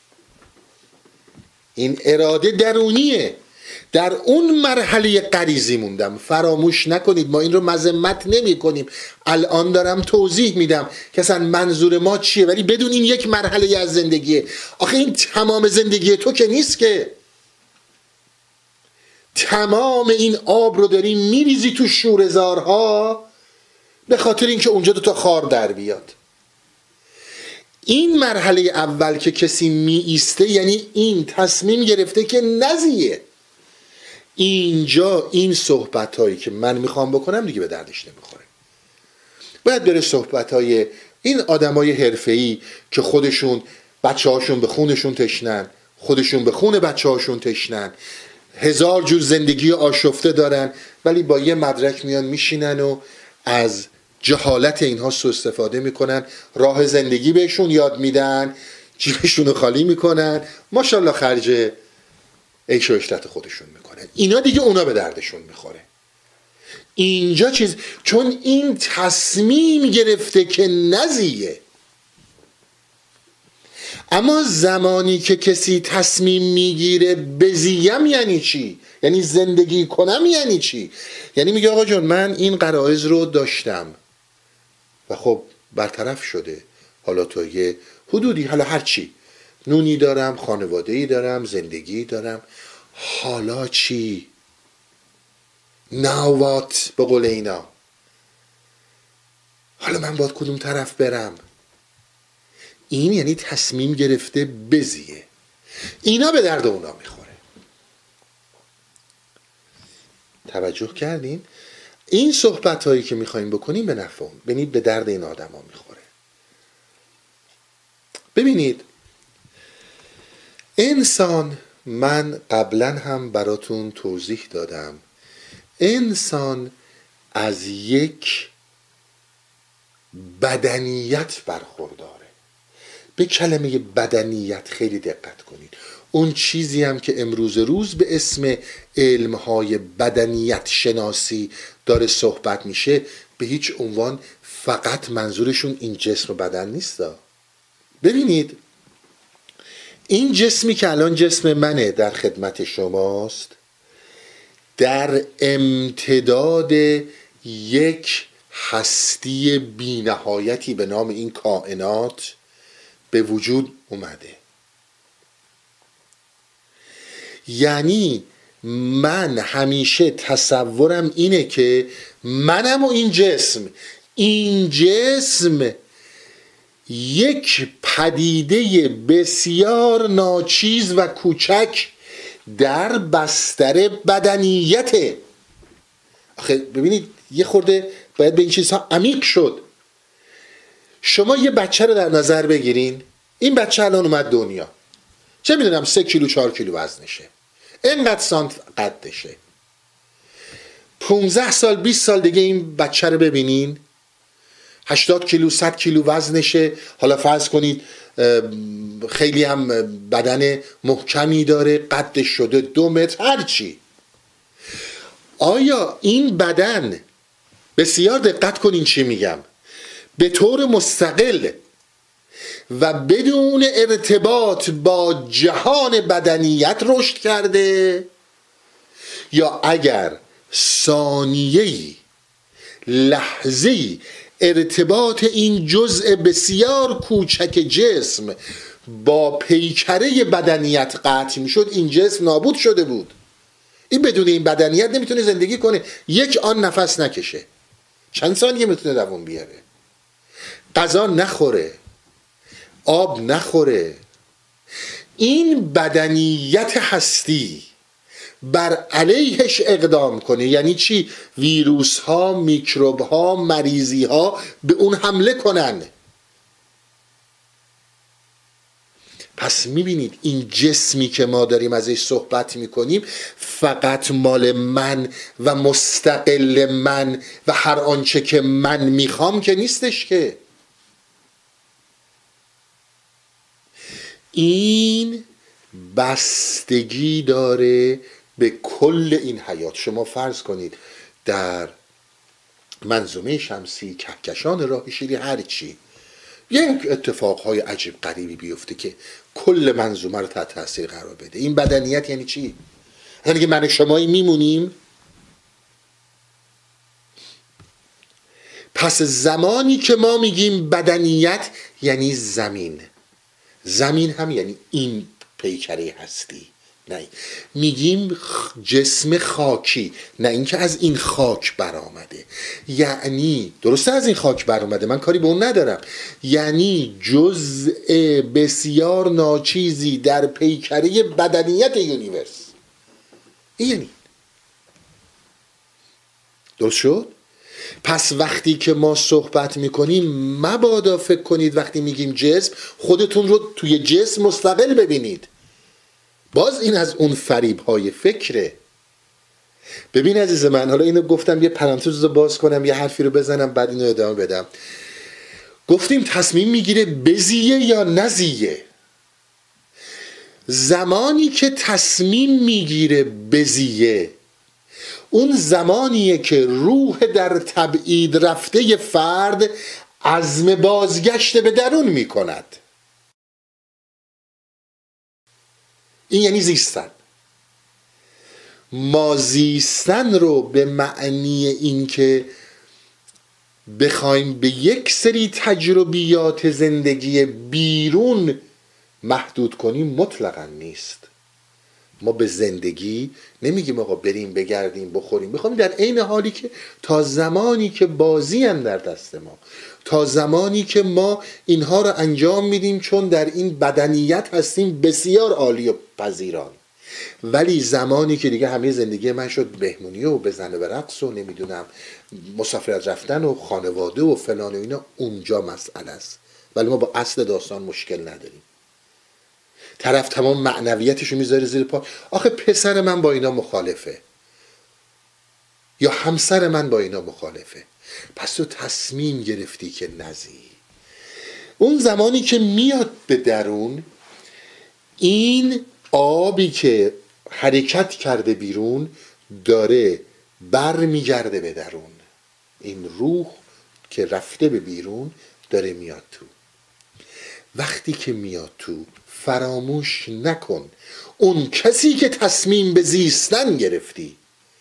این اراده درونیه. در اون مرحله غریزی موندم. فراموش نکنید ما این رو مذمت نمی کنیم، الان دارم توضیح میدم که اصلا منظور ما چیه، ولی بدون این یک مرحله از زندگیه. آخه این تمام زندگی تو که نیست که. تمام این آب رو داری میریزی تو شوره‌زارها به خاطر اینکه اونجا دو تا خار در بیاد. این مرحله اول که کسی می ایسته یعنی این تصمیم گرفته که نزیه. اینجا این صحبت هایی که من میخوام بکنم دیگه به دردش نمیخوره. باید بره صحبت های این آدم های حرفه‌ای که خودشون بچه هاشون به خونشون تشنن، خودشون به خون بچه هاشون تشنن، هزار جور زندگی آشفته دارن، ولی با یه مدرک میان میشینن و از جهالت اینها سوء استفاده میکنن، راه زندگی بهشون یاد میدن، جیبشون رو خالی میکنن، ماشاءالله خرج عیش و عشرت خودشون میکنن. اینا دیگه اونا به دردشون میخوره. اینجا چیز، چون این تصمیم گرفته که نزیه. اما زمانی که کسی تصمیم میگیره بزیم یعنی چی؟ یعنی زندگی کنم یعنی چی؟ یعنی میگه آقا جون من این غرایز رو داشتم و خب برطرف شده، حالا تا یه حدودی، حالا هر چی، نونی دارم، خانواده‌ای دارم، زندگی دارم، حالا چی؟ now what به قول اینا، حالا من باید کدوم طرف برم؟ این یعنی تصمیم گرفته بزیه. اینا به درد اونا میخوره. توجه کردین؟ این صحبت هایی که میخواییم بکنیم به نفع اون، ببینید به درد این آدم ها میخوره. ببینید انسان، من قبلا هم براتون توضیح دادم، انسان از یک بدنیت برخورداره. به کلمه بدنیت خیلی دقت کنید. اون چیزی هم که امروز روز به اسم علمهای بدنیت شناسی داره صحبت میشه، به هیچ عنوان فقط منظورشون این جسم و بدن نیست. ببینید این جسمی که الان جسم منه در خدمت شماست، در امتداد یک هستی بی نهایتی به نام این کائنات به وجود اومده. یعنی من همیشه تصورم اینه که منم و این جسم، این جسم یک پدیده بسیار ناچیز و کوچک در بستر بدنیته. آخه ببینید یه خورده باید به این چیزها عمیق شد. شما یه بچه رو در نظر بگیرین، این بچه الان اومد دنیا، چه میدونم سه کیلو چهار کیلو وزنشه، اینقدر سانت قدشه. پونزده سال بیست سال دیگه این بچه رو ببینین هشتاد کیلو صد کیلو وزنشه، حالا فرض کنید خیلی هم بدن محکمی داره، قدش شده دو متر، هرچی. آیا این بدن، بسیار دقت کنین چی میگم، به طور مستقل و بدون ارتباط با جهان بدنیت رشد کرده، یا اگر ثانیه‌ای، لحظه‌ای ارتباط این جزء بسیار کوچک جسم با پیکره بدنیت قطع میشد، این جسم نابود شده بود. این بدون این بدنیت نمیتونه زندگی کنه، یک آن نفس نکشه، چند ثانیه میتونه دوام بیاره، غذا نخوره، آب نخوره، این بدنیت هستی بر علیهش اقدام کنه. یعنی چی؟ ویروس ها، میکروب ها، مریضی ها به اون حمله کنن. پس میبینید این جسمی که ما داریم ازش صحبت میکنیم فقط مال من و مستقل من و هر آنچه که من میخوام که نیستش که. این بستگی داره به کل این حیات. شما فرض کنید در منظومه شمسی، کهکشان راه شیری، هر چی یک اتفاقهای عجیب غریبی بیفته که کل منظومه رو تحت تاثیر قرار بده. این بدنیت یعنی چی؟ یعنی که من شمایی میمونیم. پس زمانی که ما میگیم بدنیت یعنی زمین، زمین هم یعنی این پیکره هستی. نه میگیم جسم خاکی، نه اینکه از این خاک برآمده. یعنی درسته از این خاک برآمده، من کاری به اون ندارم، یعنی جزء بسیار ناچیزی در پیکره بدنیت یونیورس. این یعنی درست شد؟ پس وقتی که ما صحبت میکنیم مبادا فکر کنید وقتی میگیم جسم خودتون رو توی جسم مستقل ببینید. باز این از اون فریب های فکره. ببین عزیز من، حالا اینو گفتم یه پرانتز رو باز کنم، یه حرفی رو بزنم بعد اینو ادامه بدم. گفتیم تصمیم میگیره بزیه یا نزیه. زمانی که تصمیم میگیره بزیه اون زمانیه که روح در تبعید رفته فرد عزم بازگشت به درون میکند. این یعنی زیستن. ما زیستن رو به معنی این که بخوایم به یک سری تجربیات زندگی بیرون محدود کنیم مطلقا نیست. ما به زندگی نمیگیم آقا بریم بگردیم بخوریم بخوریم، در عین حالی که تا زمانی که بازی هم در دست ما، تا زمانی که ما اینها رو انجام میدیم چون در این بدنیت هستیم بسیار عالی و پذیران، ولی زمانی که دیگه همه زندگی من شد بهمونی و بزنه به رقص و نمیدونم مسافرت رفتن و خانواده و فلان و اینا، اونجا مسئله است. ولی ما با اصل داستان مشکل نداریم. طرف تمام معنویتشو میذاره زیر پا، آخه پسر من با اینا مخالفه یا همسر من با اینا مخالفه. پس تو تصمیم گرفتی که نزی. اون زمانی که میاد به درون، این آبی که حرکت کرده بیرون داره بر میگرده به درون. این روح که رفته به بیرون داره میاد تو. وقتی که میاد تو فراموش نکن اون کسی که تصمیم به زیستن گرفتی،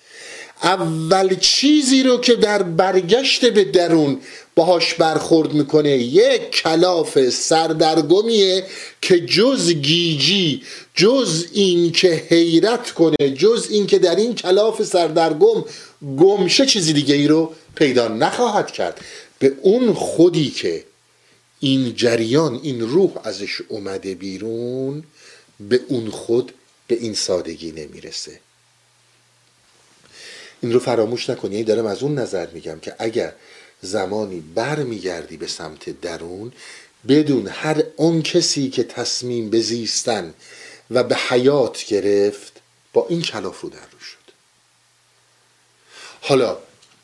اول چیزی رو که در برگشت به درون باهاش برخورد میکنه یک کلاف سردرگمیه که جز گیجی، جز این که حیرت کنه، جز این که در این کلاف سردرگم گمشه چیزی دیگه ای رو پیدا نخواهد کرد. به اون خودی که این جریان، این روح ازش اومده بیرون، به اون خود به این سادگی نمیرسه. این رو فراموش نکنی. یعنی دارم از اون نظر میگم که اگر زمانی بر میگردی به سمت درون، بدون هر اون کسی که تصمیم به زیستن و به حیات گرفت با این کلاف رو در رو شد. حالا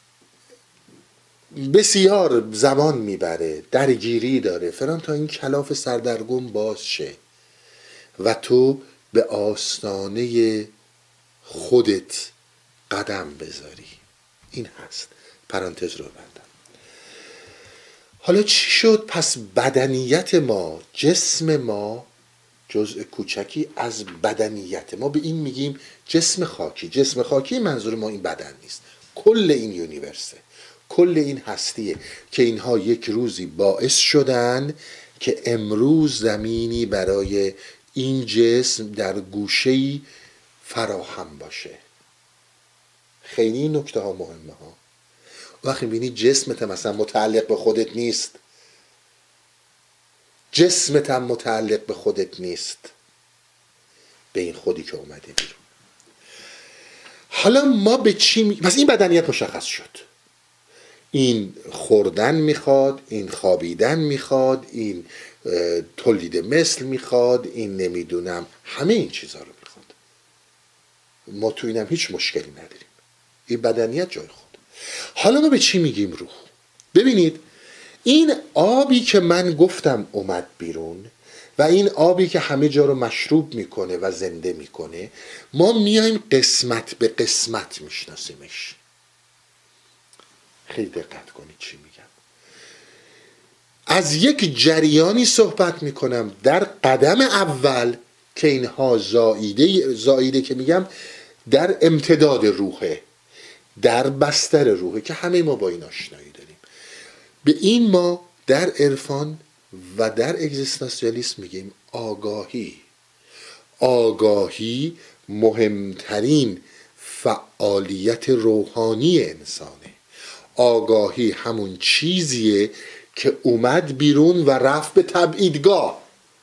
بسیار زمان میبره، درگیری داره فلان تا این کلاف سردرگم باز شه و تو به آستانه خودت قدم بذاری. این هست. پرانتز رو بندم. حالا چی شد؟ پس بدنیت ما، جسم ما جزء کوچکی از بدنیت ما، به این میگیم جسم خاکی. جسم خاکی منظور ما این بدن نیست، کل این یونیورسه، کل این هستیه که اینها یک روزی باعث شدن که امروز زمینی برای این جسم در گوشه‌ای فراهم باشه. خیلی این نکته ها مهمه ها. وقتی بینی جسمت مثلا متعلق به خودت نیست، جسمت هم متعلق به خودت نیست، به این خودی که اومده بیرون. حالا ما به چی می... پس این بدنیت مشخص شد. این خوردن میخواد، این خوابیدن میخواد، این تولید مثل میخواد، این نمیدونم همه این چیزها رو میخواد. ما تو اینم هیچ مشکلی نداریم. این بدنیت جای خود. حالا ما به چی میگیم روح؟ ببینید این آبی که من گفتم اومد بیرون و این آبی که همه جا رو مشروب میکنه و زنده میکنه، ما میایم قسمت به قسمت میشناسیمش. خیلی دقت کنید چی میگم. از یک جریانی صحبت میکنم در قدم اول که اینها زائیده زائیده که میگم در امتداد روحه، در بستر روحه که همه ما با این آشنایی داریم. به این ما در عرفان و در اگزیستانسیالیسم میگیم آگاهی. آگاهی مهمترین فعالیت روحانی انسانه. آگاهی همون چیزیه که اومد بیرون و رفت به تبعیدگاه.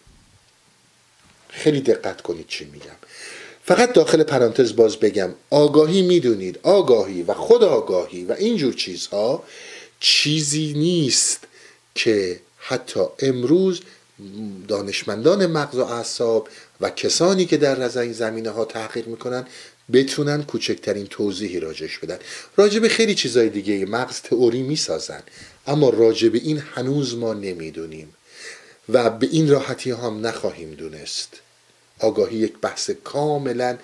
خیلی دقت کنید چی میگم. فقط داخل پرانتز باز بگم آگاهی میدونید، آگاهی و خود آگاهی و اینجور چیزها چیزی نیست که حتی امروز دانشمندان مغز و اعصاب و کسانی که در این زمینه ها تحقیق میکنن بتونن کوچکترین توضیحی راجعش بدن. راجع به خیلی چیزای دیگه مغز تئوری میسازن، اما راجع به این هنوز ما نمیدونیم و به این راحتی هم نخواهیم دونست. آگاهی یک بحث کاملا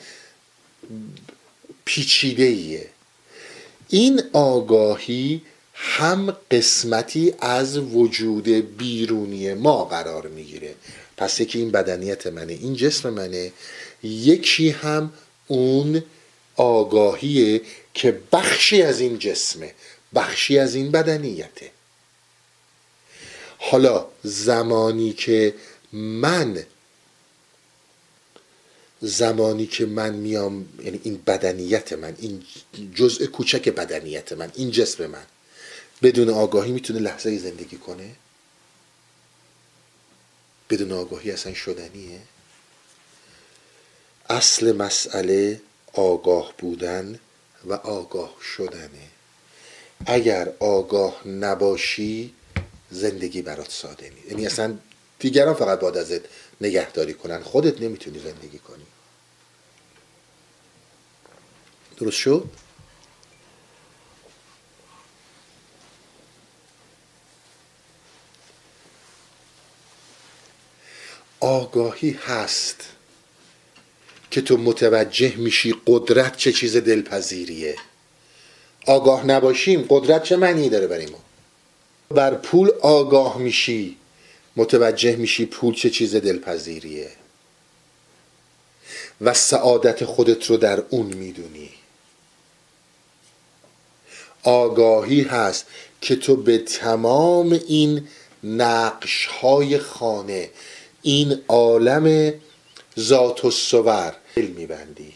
پیچیده ایه. این آگاهی هم قسمتی از وجود بیرونی ما قرار میگیره. پس یکی این بدنیت منه، این جسم منه، یکی هم اون آگاهیه که بخشی از این جسمه، بخشی از این بدنیته. حالا زمانی که من زمانی که من میام، یعنی این بدنیت من، این جزء کوچک بدنیت من، این جسم من بدون آگاهی میتونه لحظه زندگی کنه؟ بدون آگاهی اصلا شدنیه؟ اصل مسئله آگاه بودن و آگاه شدنه. اگر آگاه نباشی زندگی برات ساده نیست. یعنی اصلا دیگران فقط باید ازت نگهداری کنن، خودت نمیتونی زندگی کنی. درست شد؟ آگاهی هست که تو متوجه میشی قدرت چه چیز دلپذیریه. آگاه نباشیم قدرت چه معنی داره برای ما؟ بر پول آگاه میشی، متوجه میشی پول چه چیز دلپذیریه و سعادت خودت رو در اون میدونی. آگاهی هست که تو به تمام این نقش های خانه، این عالم ذات و صور دل میبندی.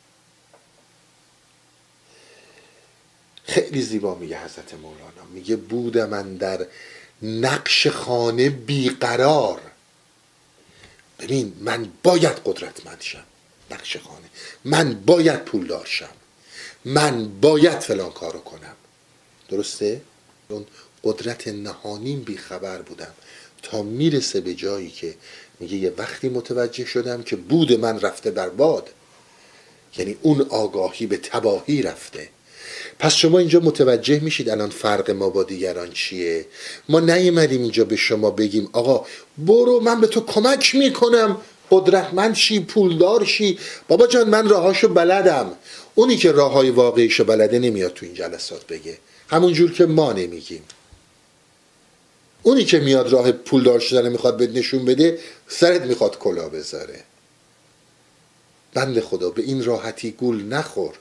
خیلی زیبا میگه حضرت مولانا، میگه بودم من در نقش خانه بیقرار. ببین من باید قدرتمند شم، نقش خانه، من باید پولدار شم، من باید فلان کارو کنم. درسته؟ اون قدرت نهانیم بیخبر بودم تا میرسه به جایی که میگه یه وقتی متوجه شدم که بود من رفته برباد، یعنی اون آگاهی به تباهی رفته. پس شما اینجا متوجه میشید الان فرق ما با دیگران چیه؟ ما نیومدیم اینجا به شما بگیم آقا برو من به تو کمک میکنم قدرتمند شی، پولدار شی. بابا جان من راهاشو بلدم. اونی که راههای واقعیشو بلده نمیاد تو این جلسات بگه، همون جور که ما نمیگیم. اونی که میاد راه پولدار شدن میخواد بهت نشون بده، سرت میخواد کلا بذاره. بنده خدا به این راحتی گول نخور.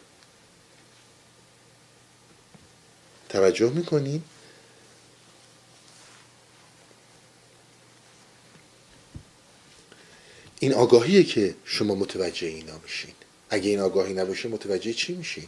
توجه میکنین؟ این آگاهیه که شما متوجه اینا میشین. اگه این آگاهی نباشه متوجه چی میشین؟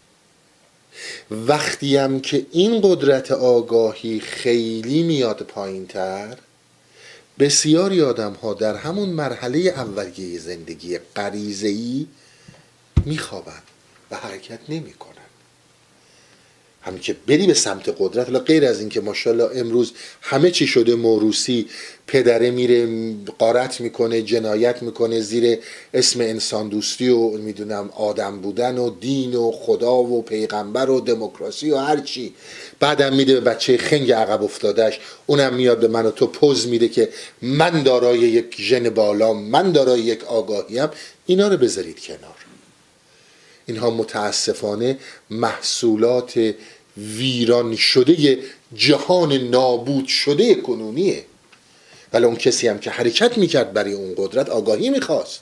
وقتی هم که این قدرت آگاهی خیلی میاد پایین تر، بسیاری آدم ها در همون مرحله اولیه زندگی غریزه‌ای میخوابن و حرکت نمی کنن. همین که بری به سمت قدرت، حالا غیر از این که ماشاءالله امروز همه چی شده موروثی، پدره میره غارت میکنه، جنایت میکنه زیر اسم انسان دوستی و میدونم آدم بودن و دین و خدا و پیغمبر و دموکراسی و هر چی، بعدم میده به بچه خنگ عقب افتادش، اونم میاد به من و تو پوز میده که من دارای یک ژن بالا، من دارای یک آگاهیم. اینا رو بذارید کنار. اینها متاسفانه محصولات ویران شده جهان نابود شده کنونیه. ولی اون کسی هم که حرکت میکرد برای اون قدرت آگاهی میخواست.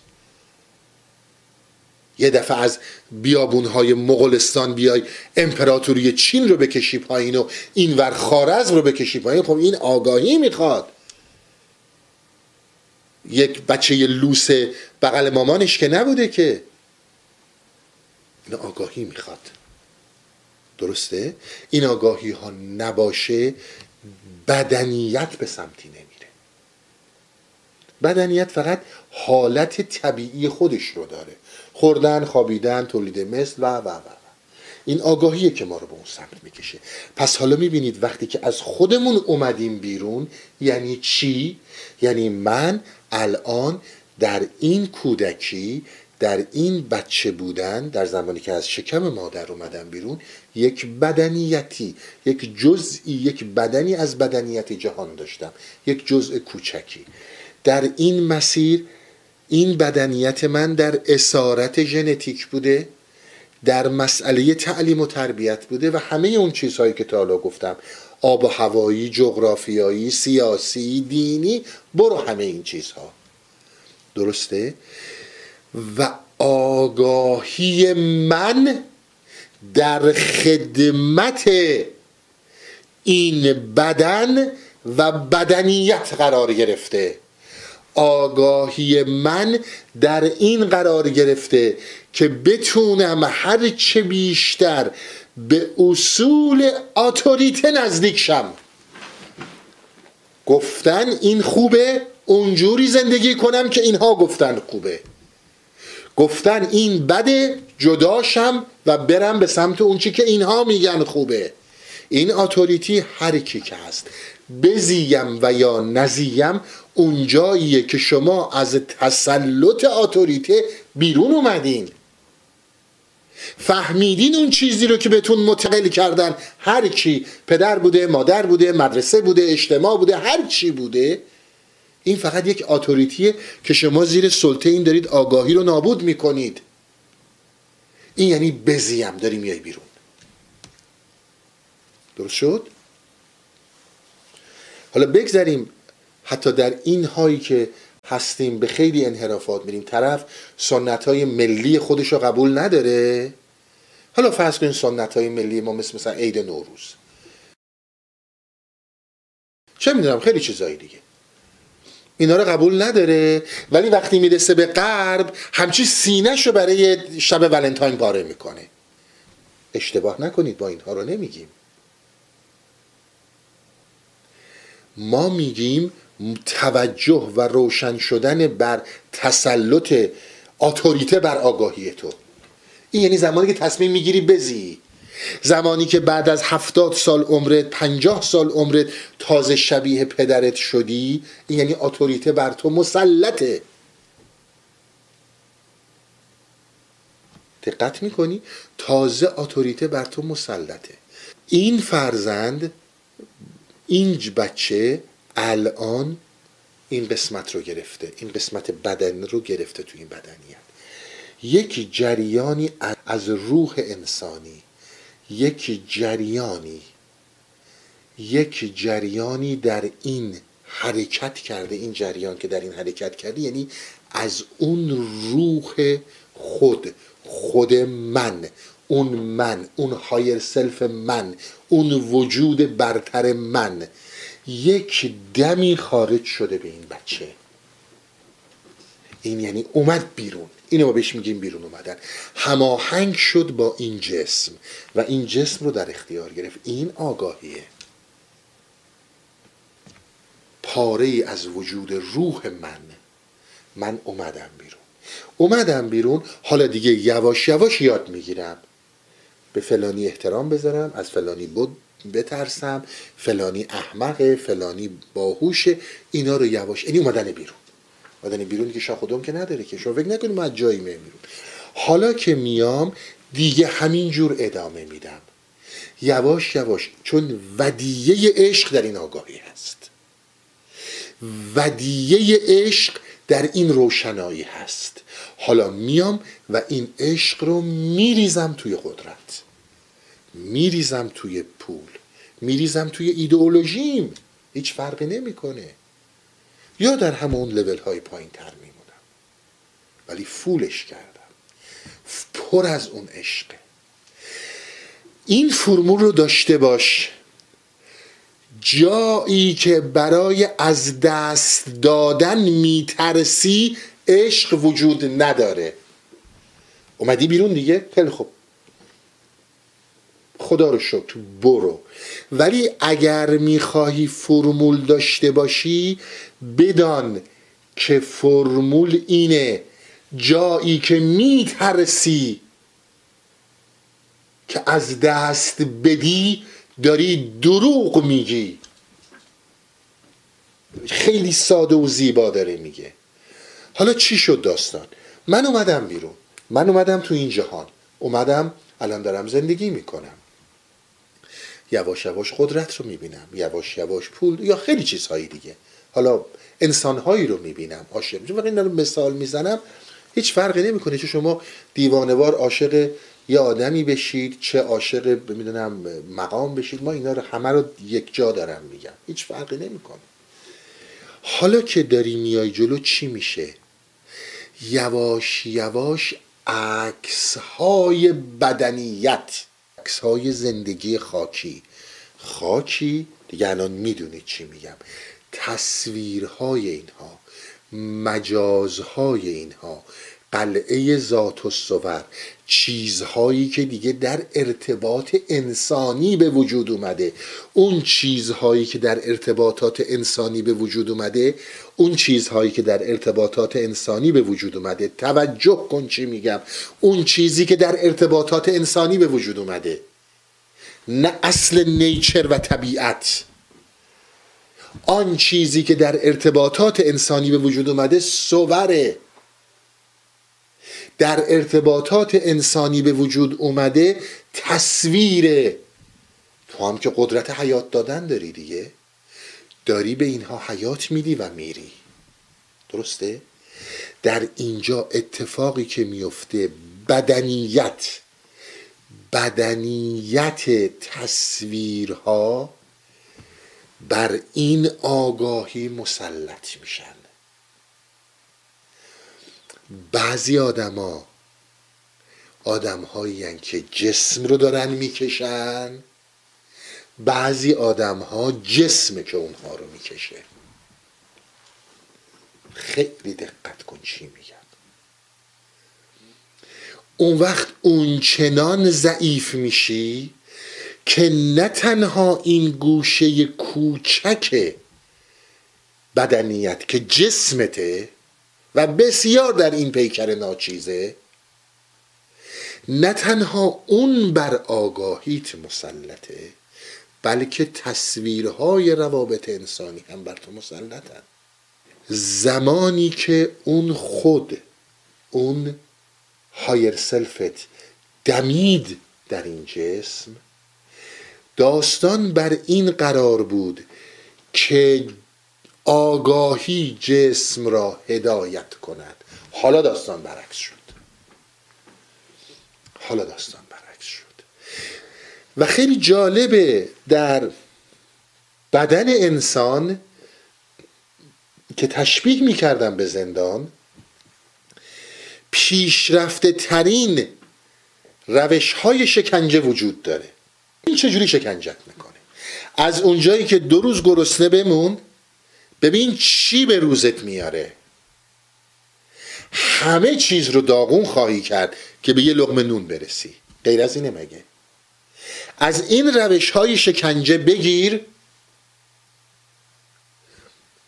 یه دفعه از بیابونهای مغولستان بیای امپراتوری چین رو بکشی پایین و اینور خوارزم رو بکشی پایین، خب این آگاهی میخواد. یک بچه لوس بغل مامانش که نبوده که، این آگاهی میخواد. درسته؟ این آگاهی ها نباشه بدنیت به سمتی نمیره. بدنیت فقط حالت طبیعی خودش رو داره، خوردن، خوابیدن، تولید مثل و و و این آگاهیه که ما رو به اون سمت میکشه. پس حالا میبینید وقتی که از خودمون اومدیم بیرون یعنی چی؟ یعنی من الان در این کودکی، در این بچه بودن، در زمانی که از شکم مادر اومدم بیرون، یک بدنیتی، یک جزئی، یک بدنی از بدنیت جهان داشتم، یک جزء کوچکی. در این مسیر این بدنیت من در اسارت ژنتیک بوده، در مسئله تعلیم و تربیت بوده و همه اون چیزهایی که تا حالا گفتم، آب و هوایی، جغرافیایی، سیاسی، دینی، برو همه این چیزها. درسته؟ و آگاهی من در خدمت این بدن و بدنیت قرار گرفته. آگاهی من در این قرار گرفته که بتونم هر چه بیشتر به اصول اتوریته نزدیک شم. گفتن این خوبه، اونجوری زندگی کنم که اینها گفتن خوبه. گفتن این بده، جداشم و برم به سمت اون چی که اینها میگن خوبه. این اتوریتی هر کی که هست، بزیم و یا نزیم، اون جاییه که شما از تسلط اتوریته بیرون اومدین، فهمیدین اون چیزی رو که بهتون منتقل کردن، هر کی، پدر بوده، مادر بوده، مدرسه بوده، اجتماع بوده، هر چی بوده، این فقط یک اتوریتیه که شما زیر سلطه این دارید آگاهی رو نابود میکنید. این یعنی بزیم، داری میای بیرون. درست شد؟ حالا بگذاریم حتی در این هایی که هستیم به خیلی انحرافات میریم. طرف سنت های ملی خودش رو قبول نداره. حالا فرض کنیم سنت های ملی ما مثل مثلا عید نوروز، چه میدونم خیلی چیزایی دیگه، اینا رو قبول نداره، ولی وقتی میرسه به غرب همچی سینه‌ش رو برای شب ولنتاین پاره میکنه. اشتباه نکنید، با اینها رو نمیگیم. ما میگیم توجه و روشن شدن بر تسلط اتوریته بر آگاهی تو. این یعنی زمانی که تصمیم میگیری بزی، زمانی که بعد از هفتاد سال عمرت، پنجاه سال عمرت تازه شبیه پدرت شدی، این یعنی اتوریته بر تو مسلطه. دقت میکنی؟ تازه اتوریته بر تو مسلطه. این فرزند، این بچه الان این قسمت رو گرفته، این قسمت بدن رو گرفته تو این بدنیت. یک جریانی از روح انسانی، یک جریانی یک جریانی در این حرکت کرده. این جریان که در این حرکت کرده یعنی از اون روح خود، خود من، اون من، اون هایر سلف من، اون وجود برتر من، یک دمی خارج شده به این بچه. این یعنی اومد بیرون. اینو ما بهش میگیم بیرون اومدن. هماهنگ شد با این جسم و این جسم رو در اختیار گرفت. این آگاهیه. پاره ای از وجود روح من، من اومدم بیرون. اومدم بیرون، حالا دیگه یواش یواش یاد میگیرم به فلانی احترام بذارم، از فلانی بود بترسم، فلانی احمقه، فلانی باهوشه، اینا رو یواش، یعنی اومدن بیرون. اومدن بیرون که شاه خودم که نداره که، شما فکر نکنید من از جایی میام بیرون. حالا که میام دیگه همین جور ادامه میدم، یواش یواش، چون ودیعه عشق در این آگاهی هست، ودیعه عشق در این روشنایی هست. حالا میام و این عشق رو میریزم توی قدرت، میریزم توی پول، میریزم توی ایدئولوژیم، هیچ فرقی نمیکنه، یا در همون لول های پایین تر میمونم ولی فولش کردم، پر از اون عشقه. این فرمول رو داشته باش، جایی که برای از دست دادن میترسی عشق وجود نداره. اومدی بیرون دیگه، خیلی خوب، خدا رو شکر، برو. ولی اگر میخواهی فرمول داشته باشی بدان که فرمول اینه، جایی که میترسی که از دست بدی داری دروغ میگی. خیلی ساده و زیبا داره میگه. حالا چی شد داستان؟ من اومدم بیرون، من اومدم تو این جهان، اومدم الان دارم زندگی میکنم، یواش یواش قدرت رو میبینم، یواش یواش پول یا خیلی چیزهایی دیگه، حالا انسانهایی رو میبینم، عاشق میشم. وقتی اینا رو مثال میزنم هیچ فرقی نمیکنه چه شما دیوانه‌وار عاشق یه آدمی بشید، چه عاشق میدونم مقام بشید، ما اینا رو همه رو یک جا دارم میگم، هیچ فرقی نمیکنه. حالا که داری میای جلو چی میشه؟ یواش یواش عکس‌های بدنیت، عکس‌های زندگی خاکی، خاکی دیگه الان میدونید چی میگم، تصویرهای اینها، مجازهای اینها، قلعه ذات الصور، چیزهایی که دیگه در ارتباط انسانی به وجود اومده. اون چیزهایی که در ارتباطات انسانی به وجود اومده اون چیزهایی که در ارتباطات انسانی به وجود اومده توجه کن چی میگم، اون چیزی که در ارتباطات انسانی به وجود اومده، نه اصل نیچر و طبیعت. آن چیزی که در ارتباطات انسانی به وجود اومده صوره، در ارتباطات انسانی به وجود اومده تصویره. تو هم که قدرت حیات دادن داری دیگه، داری به اینها حیات میدی و میری، درسته؟ در اینجا اتفاقی که میفته بدنیت بدنیت تصویرها بر این آگاهی مسلط میشن. بعضی آدما آدم هایی هن که جسم رو دارن میکشن، بعضی آدم ها جسم که اونها رو میکشه. خیلی دقت کن چی میگم. اون وقت اون چنان ضعیف میشی که نه تنها این گوشه کوچک بدنیت که جسمته و بسیار در این پیکر ناچیزه، نه تنها اون بر آگاهیت مسلطه بلکه تصویرهای روابط انسانی هم بر تو مسلطن. زمانی که اون خود، اون هایر سلفت دمید در این جسم، داستان بر این قرار بود که آگاهی جسم را هدایت کند. حالا داستان برعکس شد. حالا داستان برعکس شد و خیلی جالبه در بدن انسان که تشبیه میکردم به زندان، پیشرفته ترین روش های شکنجه وجود داره. این چجوری شکنجت میکنه؟ از اونجایی که دو روز گرسنه بمون، ببین چی به روزت میاره. همه چیز رو داغون خواهی کرد که به یه لقمه نون برسی، غیر از اینه مگه؟ از این روش های شکنجه بگیر،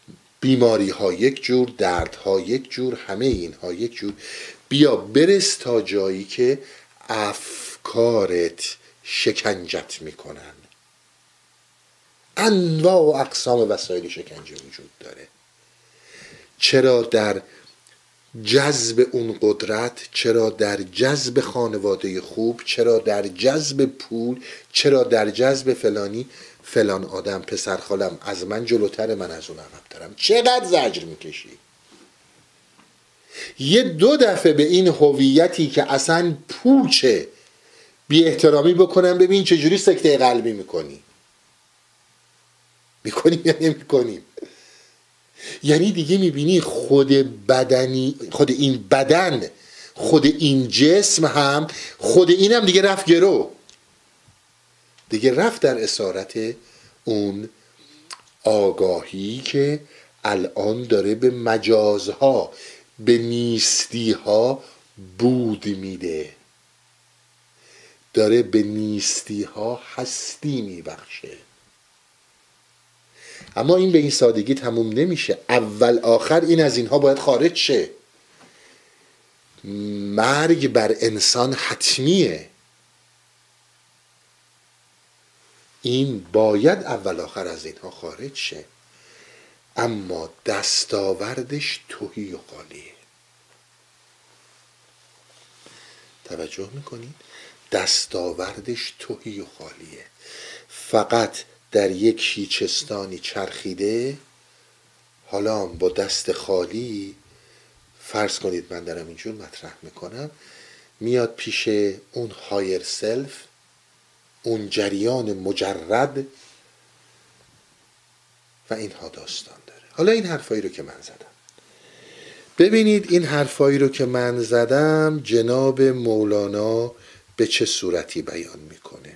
بیماری ها یک جور، درد ها یک جور، همه این ها یک جور. بیا برس تا جایی که افکارت شکنجت میکنن. انواع و اقسام وسایل شکنجه وجود داره. چرا در جذب اون قدرت، چرا در جذب خانواده خوب، چرا در جذب پول، چرا در جذب فلانی، فلان آدم پسر خالم از من جلوتر، من از اون عقب‌ترم. چقدر زجر میکشی؟ یه دو دفعه به این هویتی که اصلا پوچه بی احترامی بکنم، ببین چجوری سکته قلبی میکنی. میکنیم یا نمیکنیم؟ یعنی دیگه میبینی خود بدنی، خود این بدن، خود این جسم هم، خود این هم دیگه رفت گرو، دیگه رفت در اسارت اون آگاهی که الان داره به مجازها، به نیستیها بود میده، داره به نیستیها هستی میبخشه. اما این به این سادگی تموم نمیشه. اول آخر این از اینها باید خارج شه. مرگ بر انسان حتمیه. این باید اول آخر از اینها خارج شه. اما دستاوردش تهی و خالیه. توجه میکنید؟ دستاوردش تهی و خالیه. فقط در یک هیچستانی چرخیده، حالا با دست خالی، فرض کنید من دارم اینجور مطرح میکنم، میاد پیش اون هایر سلف، اون جریان مجرد و اینها داستان داره. حالا این حرفایی رو که من زدم، ببینید این حرفایی رو که من زدم جناب مولانا به چه صورتی بیان میکنه.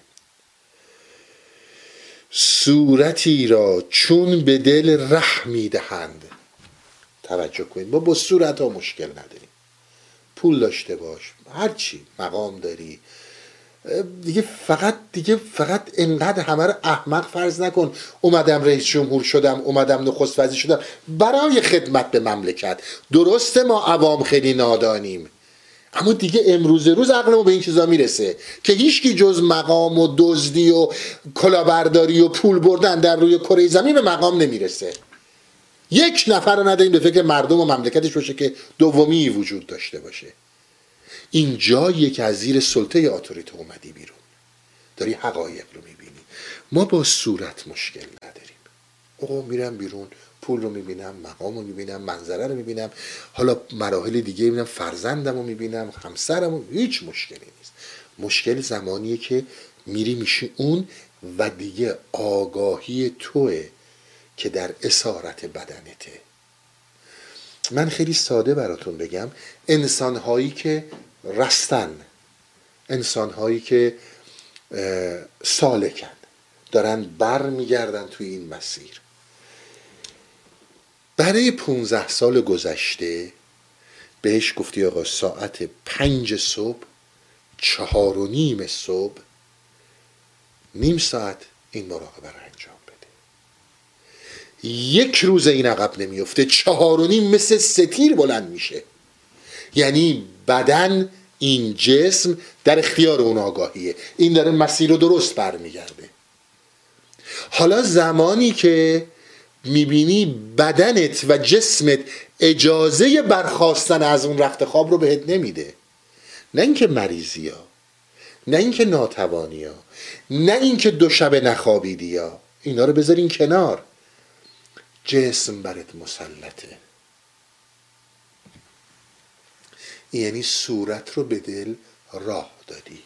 صورتی را چون به دل ره میدهند. توجه کنید، ما با صورت ها مشکل نداریم. پول داشته باش، هرچی، مقام داری دیگه، فقط دیگه فقط انقدر همه رو احمق فرض نکن. اومدم رئیس جمهور شدم، اومدم نخست وزیر شدم برای خدمت به مملکت. درسته ما عوام خیلی نادانیم، اما دیگه امروز روز عقلمون به این چیزا میرسه که هیچکی جز مقام و دزدی و کلاهبرداری و پول بردن در روی کره زمین به مقام نمیرسه. یک نفر رو نداریم به فکر مردم و مملکتش باشه که دومی وجود داشته باشه. این جاییه که از زیر سلطه اتوریته اومدی بیرون، داری حقایق رو میبینی. ما با صورت مشکل نداریم. اوه میرم بیرون، پول رو میبینم، مقام رو میبینم، منظره رو میبینم، حالا مراحل دیگه میبینم، فرزندم رو میبینم، همسرم رو، هیچ مشکلی نیست. مشکل زمانیه که میری میشی اون و دیگه آگاهی توه که در اسارت بدنته. من خیلی ساده براتون بگم، انسانهایی که رستن، انسانهایی که سالکن، دارن بر میگردن توی این مسیر. برای پونزده سال گذشته بهش گفتی آقا ساعت پنج صبح، چهار و نیم صبح، نیم ساعت این مراقبه رو انجام بده. یک روز این عقب نمیفته، چهار و نیم مثل ستیر بلند میشه. یعنی بدن، این جسم در اختیار اون آگاهیه، این داره مسیر رو درست برمیگرده. حالا زمانی که میبینی بدنت و جسمت اجازه برخاستن از اون رخت خواب رو بهت نمیده، نه اینکه مریضی ها، نه اینکه ناتوانی ها، نه اینکه دو شب نخوابیدی ها، اینا رو بذارین کنار، جسم برات مسلطه. یعنی صورت رو به دل راه دادی.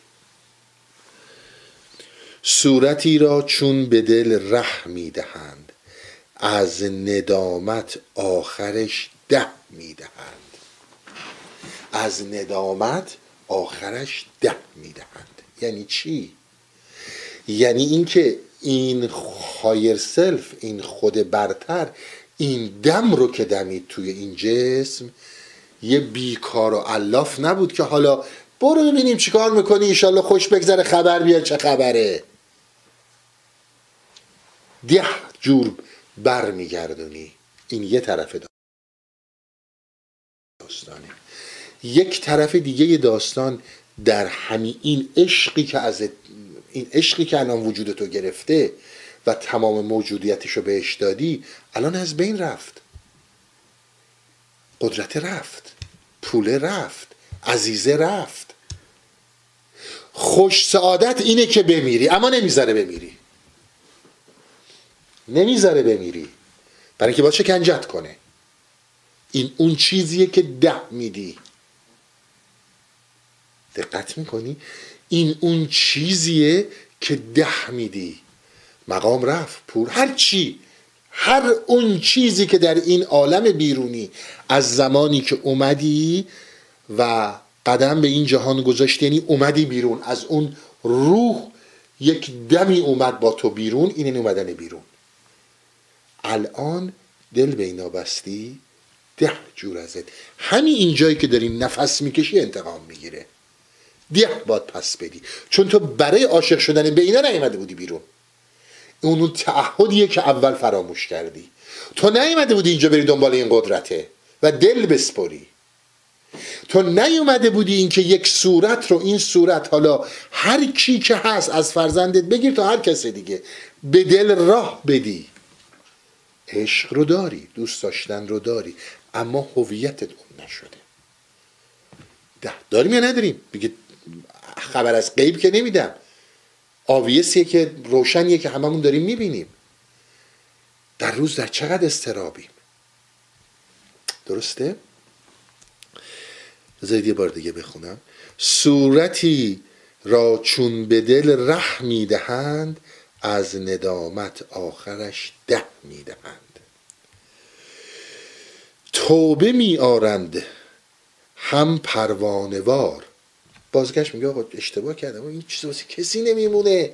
صورتی را چون به دل ره میدهند، از ندامت آخرش ده میدهند. از ندامت آخرش ده میدهند یعنی چی؟ یعنی اینکه این هایر سلف، این خود برتر، این دم رو که دمید توی این جسم، یه بیکار و علاف نبود که حالا برو ببینیم چی کار میکنی، ایشالله خوش بگذره، خبر بیار چه خبره. ده جور بر میگردونی. این یه طرف داستانه. یک طرف دیگه داستان در همین این عشقی که از این عشقی که الان وجود تو گرفته و تمام موجودیتش رو بهش دادی الان از بین رفت. قدرت رفت، پول رفت، عزیزه رفت. خوش سعادت اینه که بمیری، اما نمیذاره بمیری، نمیذاره بمیری برای اینکه باید شکنجت کنه. این اون چیزیه که ده میدی. دقت میکنی؟ این اون چیزیه که ده میدی. مقام رفت، پول، هر چی، هر اون چیزی که در این عالم بیرونی از زمانی که اومدی و قدم به این جهان گذاشتی، یعنی اومدی بیرون از اون روح، یک دمی اومد با تو بیرون، این اومدن بیرون. الان دل به اینا بستی، ده جور ازت. همین اینجایی که داری نفس میکشی انتقام میگیره. ده باید پس بدی، چون تو برای عاشق شدن به اینا نیومده بودی بیرون. اون تعهدیه که اول فراموش کردی. تو نیومده بودی اینجا بری دنبال این قدرته و دل بسپری. تو نیومده بودی این که یک صورت رو، این صورت حالا هر کی که هست از فرزندت بگیر تا هر کس دیگه، به دل راه بدی. عشق رو داری، دوست داشتن رو داری، اما هویتت اون نشده. ده داریم یا نداریم؟ بگه خبر از غیب که نمیدم، آویسیه که روشنیه که هممون داریم میبینیم. در روز در چقدر استرابیم. درسته؟ بذارید یه بار دیگه بخونم. صورتی را چون به دل ره میدهند، از ندامت آخرش ده میدهند. توبه میآرند هم پروانه‌وار. بازگشت میگه آقا اشتباه کردم، این چیز واسه کسی نمیمونه،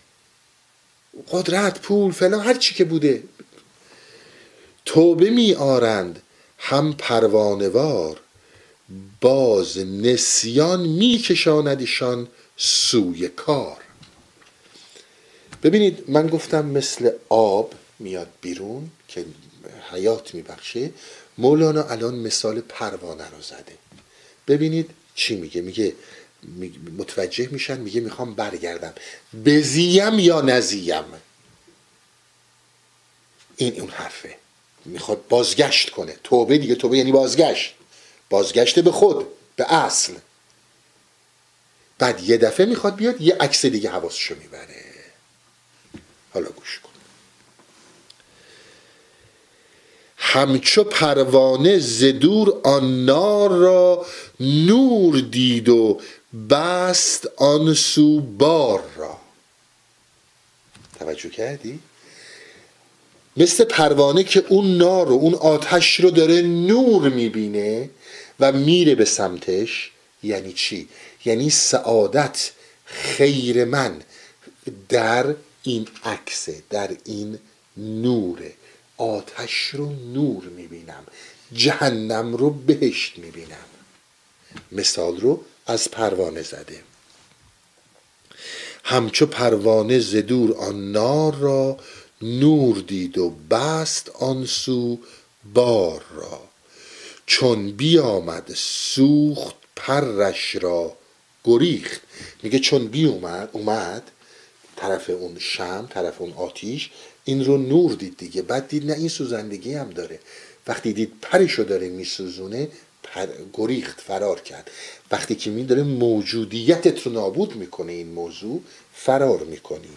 قدرت، پول، فلان، هر چی که بوده. توبه میآرند هم پروانه‌وار، باز نسیان میکشاندشان سوی کار. ببینید من گفتم مثل آب میاد بیرون که حیات میبخشه. مولانا الان مثال پروانه رو زده. ببینید چی میگه. میگه متوجه میشن، میگه میخوام برگردم بزیم یا نزیم. این اون حرفه، میخواد بازگشت کنه. توبه دیگه، توبه یعنی بازگشت، بازگشت به خود، به اصل. بعد یه دفعه میخواد بیاد یه عکس دیگه حواسشو میبره. حالا گوش کن. همچو پروانه ز دور آن نار را، نور دید و بست آن سو بار را. توجه کردی؟ مثل پروانه که اون نار و اون آتش رو داره نور میبینه و میره به سمتش. یعنی چی؟ یعنی سعادت، خیر من در این عکسه، در این نوره. آتش رو نور میبینم، جهنم رو بهشت میبینم. مثال رو از پروانه زده. همچو پروانه ز دور آن نار را، نور دید و بست آن سو بار را. چون بیامد سوخت پرش را گریخت. میگه چون بی اومد اومد طرف اون شمع، طرف اون آتیش، این رو نور دید دیگه. بعد دید نه این سوزندگی هم داره. وقتی دید پرشو داره میسوزونه، پر گریخت، فرار کرد. وقتی که می داره موجودیتت رو نابود میکنه این موضوع، فرار میکنی.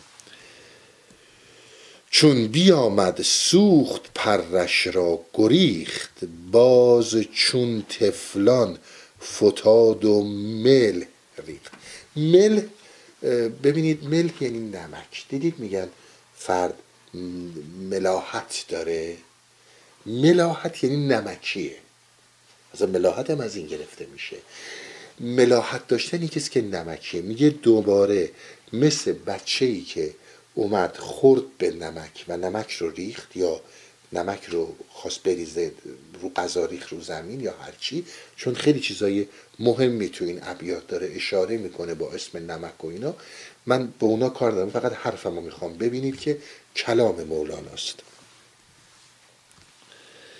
چون بیامد سوخت پرش را گریخت، باز چون تفلان فتاد و مل ریخت. مل، ببینید مل یعنی نمک. دیدید میگن فرد ملاحت داره. ملاحت یعنی نمکیه. مثلا ملاحت هم از این گرفته میشه. ملاحت داشتن کسی که نمکیه. میگه دوباره مثل بچه‌ای که اومد خورد به نمک و نمک رو ریخت، یا نمک رو خواست بریزه رو غذا، ریخت رو زمین یا هرچی، چون خیلی چیزای مهمی تو این ابیات داره اشاره میکنه با اسم نمک و اینا. من به اونا کار دارم، فقط حرفمو میخوام ببینید که کلام مولاناست.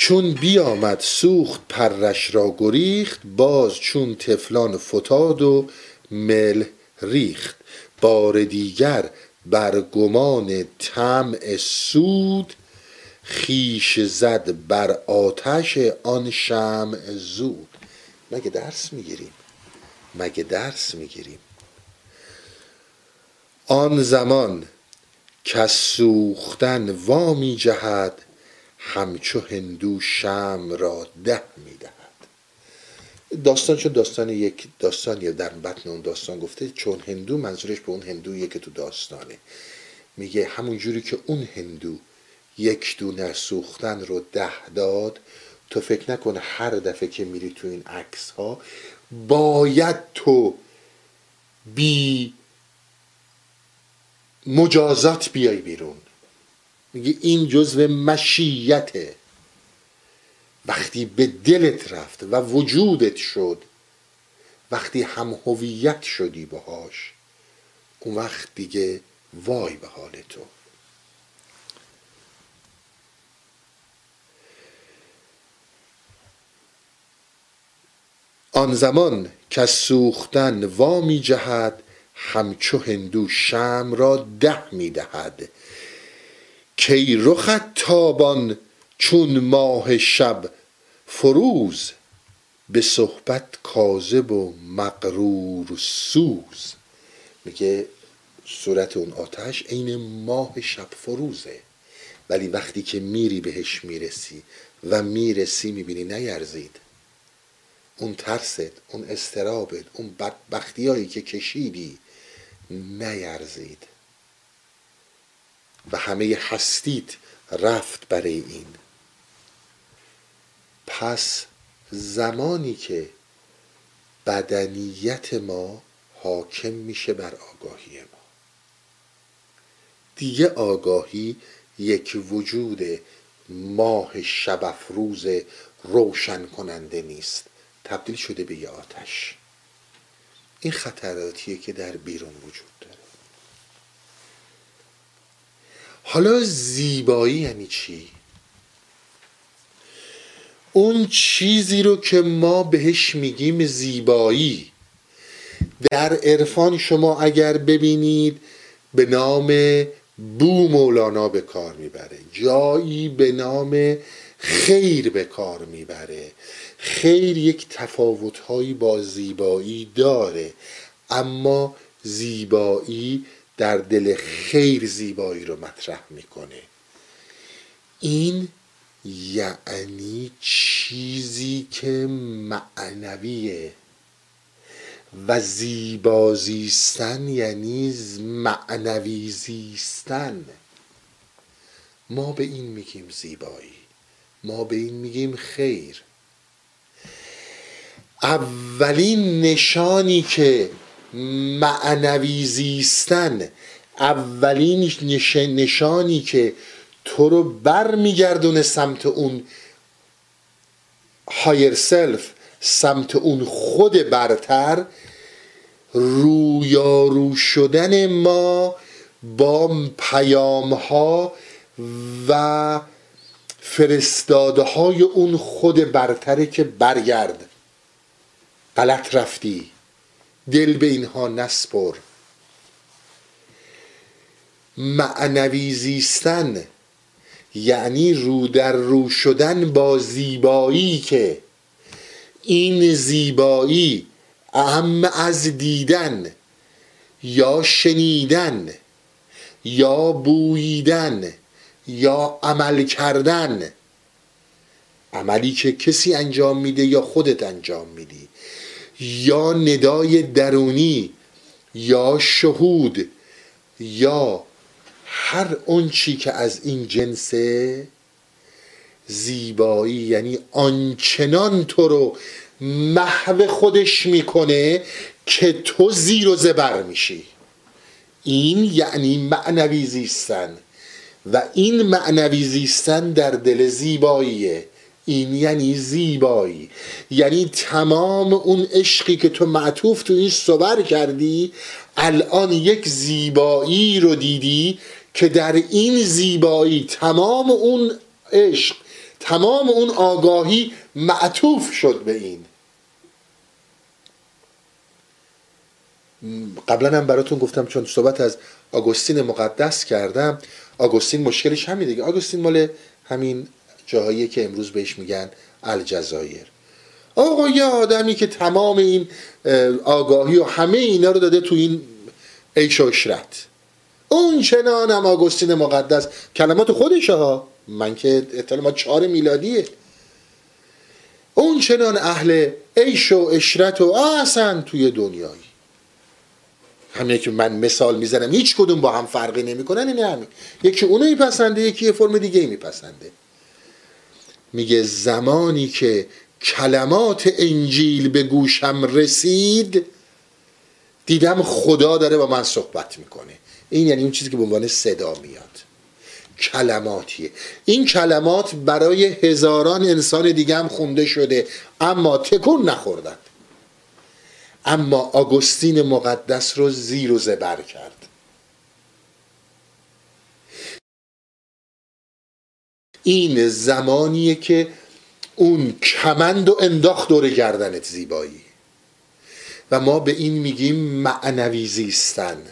چون بیامد سوخت پرش را گریخت، باز چون طفلان فتاد و مل ریخت. بار دیگر بر گمان طمع سود، خویش زد بر آتش آن شمع زود. مگه درس میگیریم؟ مگه درس میگیریم؟ آن زمان کز سوختن وامی جهد، همچو هندو شمع را ده میدهد. داستان چون داستان یک داستانیه، در بطن اون داستان گفته چون هندو منظورش به اون هندویه که تو داستانه. میگه همون جوری که اون هندو یک دونه سوختن رو ده داد، تو فکر نکنه هر دفعه که میری تو این عکس ها باید تو بی مجازات بیای بیرون. میگه این جزو مشیته. وقتی به دلت رفت و وجودت شد، وقتی هم هویت شدی باهاش، اون وقت دیگه وای به حال تو. آن زمان که سوختن وامی جهد، همچو هندو شمع را ده می دهد. کی رخت تابان چون ماه شب فروز، به صحبت کاذب و مغرور سوز. میگه صورت اون آتش عین ماه شب فروزه، ولی وقتی که میری بهش میرسی و میرسی میبینی نیرزید. اون ترست، اون استرابت، اون بدبختی هایی که کشیدی نیرزید و همه هستیت رفت برای این. پس زمانی که بدنیت ما حاکم میشه بر آگاهی ما، دیگه آگاهی یک وجود ماه شب افروز روشن کننده نیست، تبدیل شده به یه آتش. این خطراتیه که در بیرون وجود داره. حالا زیبایی یعنی چی؟ اون چیزی رو که ما بهش میگیم زیبایی، در عرفان شما اگر ببینید به نام بو مولانا به کار میبره، جایی به نام خیر به کار میبره. خیر یک تفاوت‌هایی با زیبایی داره، اما زیبایی در دل خیر زیبایی رو مطرح میکنه. این یعنی چیزی که معنویه و زیبا زیستن یعنی معنوی زیستن. ما به این میگیم زیبایی، ما به این میگیم خیر. اولین نشانی که معنوی زیستن، اولین نشانی که تو رو بر میگردونه سمت اون هایر سلف، سمت اون خود برتر، رویارو شدن ما با پیام ها و فرستاده های اون خود برتره که برگرد، غلط رفتی، دل به اینها نسپر. معنوی زیستن یعنی رو در رو شدن با زیبایی که این زیبایی اهم از دیدن یا شنیدن یا بوییدن یا عمل کردن، عملی که کسی انجام میده یا خودت انجام میدی، یا ندای درونی یا شهود یا هر اون چی که از این جنسه. زیبایی یعنی آنچنان تو رو محو خودش میکنه که تو زیر و زبر میشی. این یعنی معنوی زیستن و این معنوی زیستن در دل زیباییه. این یعنی زیبایی، یعنی تمام اون عشقی که تو معطوف تو این صور کردی، الان یک زیبایی رو دیدی که در این زیبایی تمام اون عشق، تمام اون آگاهی معطوف شد به این. قبلا هم براتون گفتم چون صحبت از آگوستین مقدس کردم، آگوستین مشکلش همین دیگه. آگوستین مال همین جاهایی که امروز بهش میگن الجزایر. آقا یه آدمی که تمام این آگاهی و همه اینا رو داده تو این عیش و عشرت. اون چنان هم آگوستین مقدس، کلمات خودشه ها، من که اطلاع چهار میلادیه، اون چنان اهل عیش و عشرت و اصلا توی دنیایی. همینه که من مثال میزنم هیچ کدوم با هم فرقی نمیکنن. اینه همین، یکی اونو میپسنده یکی یه فرم دیگه میپسنده. میگه زمانی که کلمات انجیل به گوشم رسید دیدم خدا داره با من صحبت میکنه. این یعنی اون چیزی که به عنوان صدا میاد، کلماتیه. این کلمات برای هزاران انسان دیگه هم خونده شده اما تکون نخوردن. اما آگوستین مقدس رو زیر و زبر کرد. این زمانیه که اون کمند و انداخت دور گردنت زیبایی. و ما به این میگیم معنوی زیستن.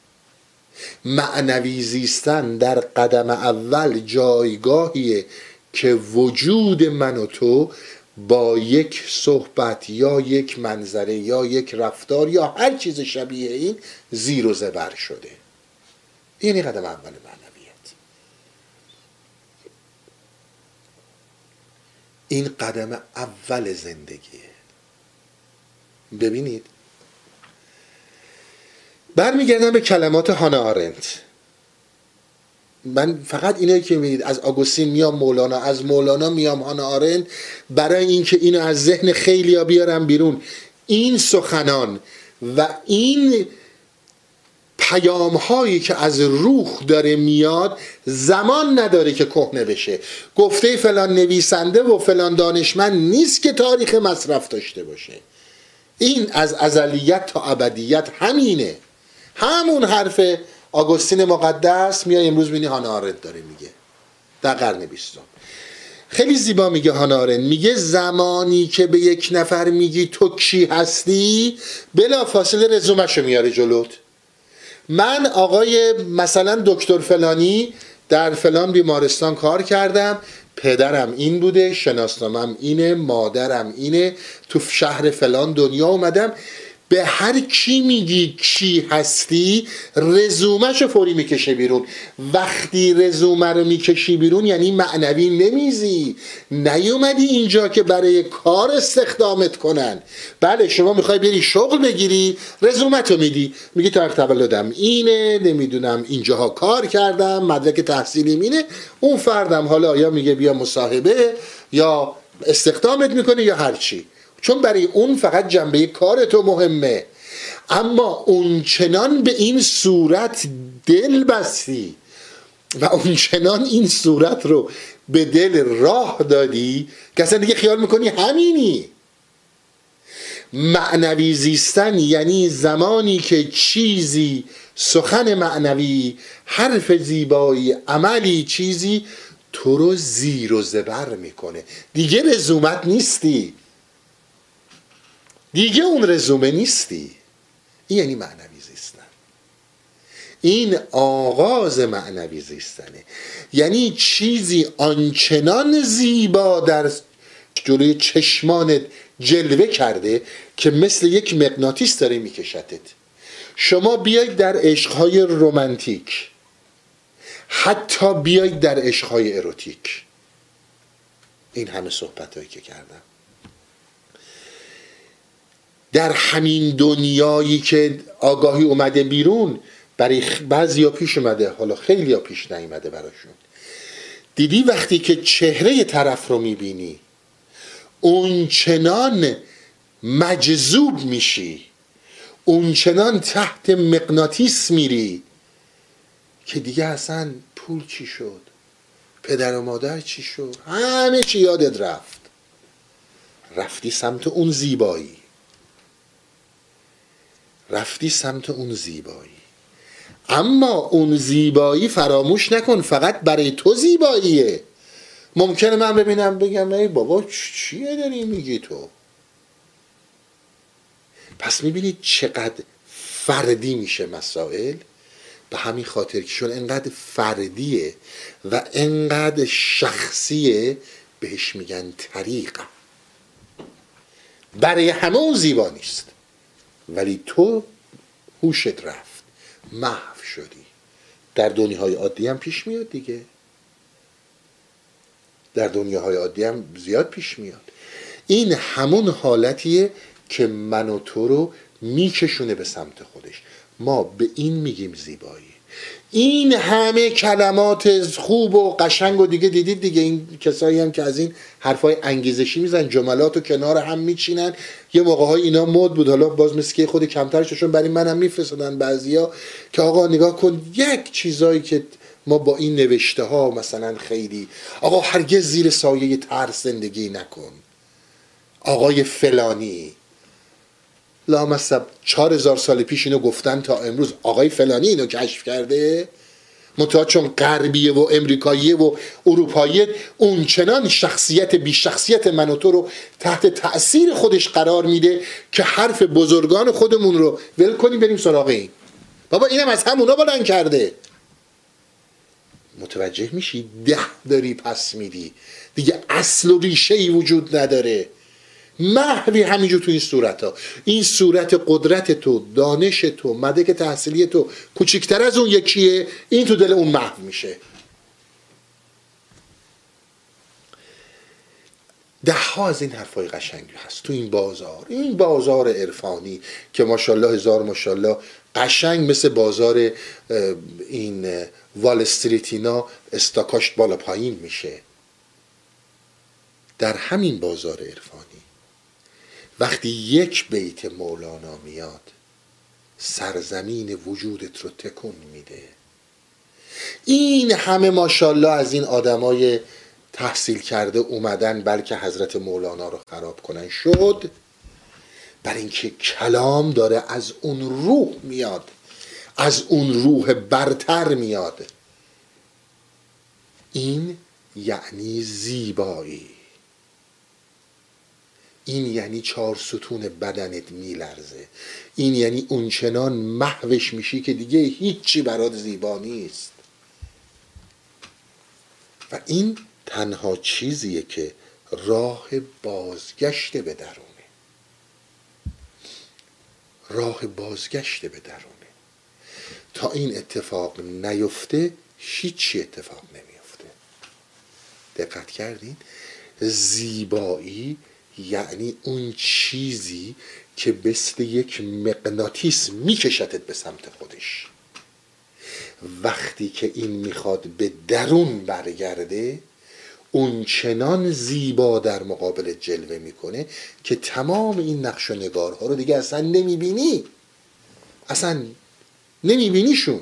معنوی زیستن در قدم اول جایگاهیه که وجود من و تو با یک صحبت یا یک منظره یا یک رفتار یا هر چیز شبیه این زیر و زبر شده. یعنی قدم اول معنویت. این قدم اول زندگیه. ببینید، برمیگردم به کلمات هانا آرنت. من فقط اینایی که میدید از آگوستین میام مولانا، از مولانا میام هانا آرنت، برای اینکه اینو از ذهن خیلی ها بیارم بیرون. این سخنان و این پیام هایی که از روح داره میاد زمان نداره که کهنه بشه. گفته فلان نویسنده و فلان دانشمند نیست که تاریخ مصرف داشته باشه. این از ازلیت تا ابدیت همینه. همون حرف آگوستین مقدس میای امروز بینی هانا آرنت داره میگه در قرن بیستم. خیلی زیبا میگه هانا آرنت، میگه زمانی که به یک نفر میگی تو کی هستی بلا فاصله رزومشو میاره جلوت. من آقای مثلا دکتر فلانی در فلان بیمارستان کار کردم، پدرم این بوده، شناسنامه‌ام اینه، مادرم اینه، تو شهر فلان دنیا اومدم. به هر کی میگی کی هستی رزومه‌شو فوری میکشه بیرون. وقتی رزومه رو میکشی بیرون یعنی معنوی نمیزی، نیومدی اینجا که برای کار استخدامت کنن. بله شما میخوای بری شغل بگیری، رزومتو میدی، میگی تاریخ تولدم اینه، نمیدونم اینجاها کار کردم، مدرک تحصیلیم اینه. اون فردم حالا یا میگه بیا مصاحبه یا استخدامت میکنه یا هر چی، چون برای اون فقط جنبه کار تو مهمه. اما اون چنان به این صورت دل بستی و اون چنان این صورت رو به دل راه دادی که اصلا دیگه خیال میکنی همینی. معنوی زیستن یعنی زمانی که چیزی، سخن معنوی، حرف زیبایی، عملی، چیزی تو رو زیر و زبر میکنه. دیگه رزومت نیستی، دیگه اون رزومه نیستی. این یعنی معنوی زیستن. این آغاز معنوی زیستنه. یعنی چیزی آنچنان زیبا در جلوی چشمانت جلوه کرده که مثل یک مغناطیس داره میکشتت. شما بیاید در عشقهای رومانتیک، حتی بیاید در عشقهای اروتیک، این همه صحبتایی که کردم، در همین دنیایی که آگاهی اومده بیرون، برای بعضی ها پیش اومده، حالا خیلی ها پیش نیومده براشون. دیدی وقتی که چهره طرف رو میبینی اون چنان مجذوب میشی، اون چنان تحت مغناطیس میری که دیگه اصلا پول چی شد، پدر و مادر چی شد، همه چی یادت رفت. رفتی سمت اون زیبایی، رفتی سمت اون زیبایی. اما اون زیبایی فراموش نکن فقط برای تو زیباییه. ممکنه من ببینم بگم ای بابا چیه داری میگی تو؟ پس میبینید چقدر فردی میشه مسائل. به همین خاطر که چون انقدر فردیه و انقدر شخصیه بهش میگن طریقه. برای همه اون زیبا نیست، ولی تو هوشت رفت، محو شدی. در دنیاهای عادی هم پیش میاد دیگه، در دنیاهای عادی هم زیاد پیش میاد. این همون حالتیه که من و تو رو میکشونه به سمت خودش. ما به این میگیم زیبایی. این همه کلمات خوب و قشنگ و دیگه دیدید دیگه، این کسایی هم که از این حرفای انگیزشی میزن، جملات رو کنار هم میچینن. یه موقع های اینا مد بود، حالا باز مثل که خود کمترشون برای منم میفرستادن بعضیا که آقا نگاه کن یک چیزایی که ما با این نوشته ها مثلا خیلی، آقا هرگز زیر سایه ترس زندگی نکن، آقای فلانی لامصب چهار هزار سال پیش اینو گفتن تا امروز آقای فلانی اینو کشف کرده. منتها چون غربیه و امریکاییه و اروپاییه اون چنان شخصیت بی شخصیت من و تو رو تحت تأثیر خودش قرار میده که حرف بزرگان خودمون رو ول کنیم بریم سراغ این. بابا اینم از همونا بلند کرده. متوجه میشی؟ ده داری پس میدی دیگه، اصل و ریشه ای وجود نداره. محوی همینجور تو این صورت ها. این صورت قدرت تو، دانش تو، مدرک تحصیلی تو کوچکتر از اون یکیه، این تو دل اون محو میشه. ده ها از این حرفای قشنگی هست تو این بازار، این بازار عرفانی که ماشاءالله هزار ماشاءالله قشنگ مثل بازار این وال استریت اینا استاکاش بالا پایین میشه. در همین بازار عرفانی وقتی یک بیت مولانا میاد سرزمین وجودت رو تکون میده. این همه ماشاءالله از این آدمای تحصیل کرده اومدن بلکه حضرت مولانا رو خراب کنن شد، بر اینکه کلام داره از اون روح میاد، از اون روح برتر میاد. این یعنی زیبایی، این یعنی چهار ستون بدنت میلرزه، این یعنی اونچنان محوش میشی که دیگه هیچی برات زیبا نیست. و این تنها چیزیه که راه بازگشت به درونه، راه بازگشت به درونه. تا این اتفاق نیفته هیچی اتفاق نمیفته. دقت کردین؟ زیبایی یعنی اون چیزی که مثل یک مغناطیس میکشتت به سمت خودش. وقتی که این میخواد به درون برگرده اون چنان زیبا در مقابل جلوه میکنه که تمام این نقش و نگارها رو دیگه اصلا نمیبینی، اصلا نمیبینیشون.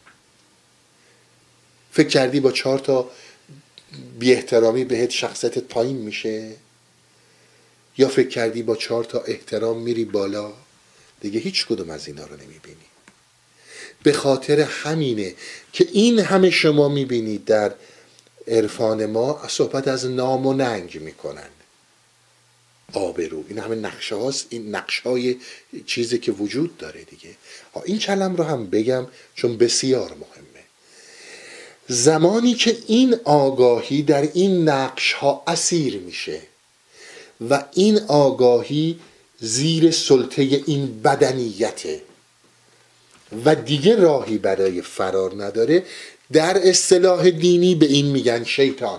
فکر کردی با چهار تا بی احترامی بهت شخصیتت پایین میشه؟ یا فکر کردی با چهار تا احترام میری بالا؟ دیگه هیچ کدوم از اینا رو نمیبینی. به خاطر همینه که این همه شما میبینید در عرفان ما صحبت از نام و ننگ میکنن، آبرو، این همه نقشه هاست، این نقشه های چیزی که وجود داره دیگه. این کلم رو هم بگم چون بسیار مهمه. زمانی که این آگاهی در این نقش ها اسیر میشه و این آگاهی زیر سلطه این بدنیته و دیگه راهی برای فرار نداره، در اصطلاح دینی به این میگن شیطان.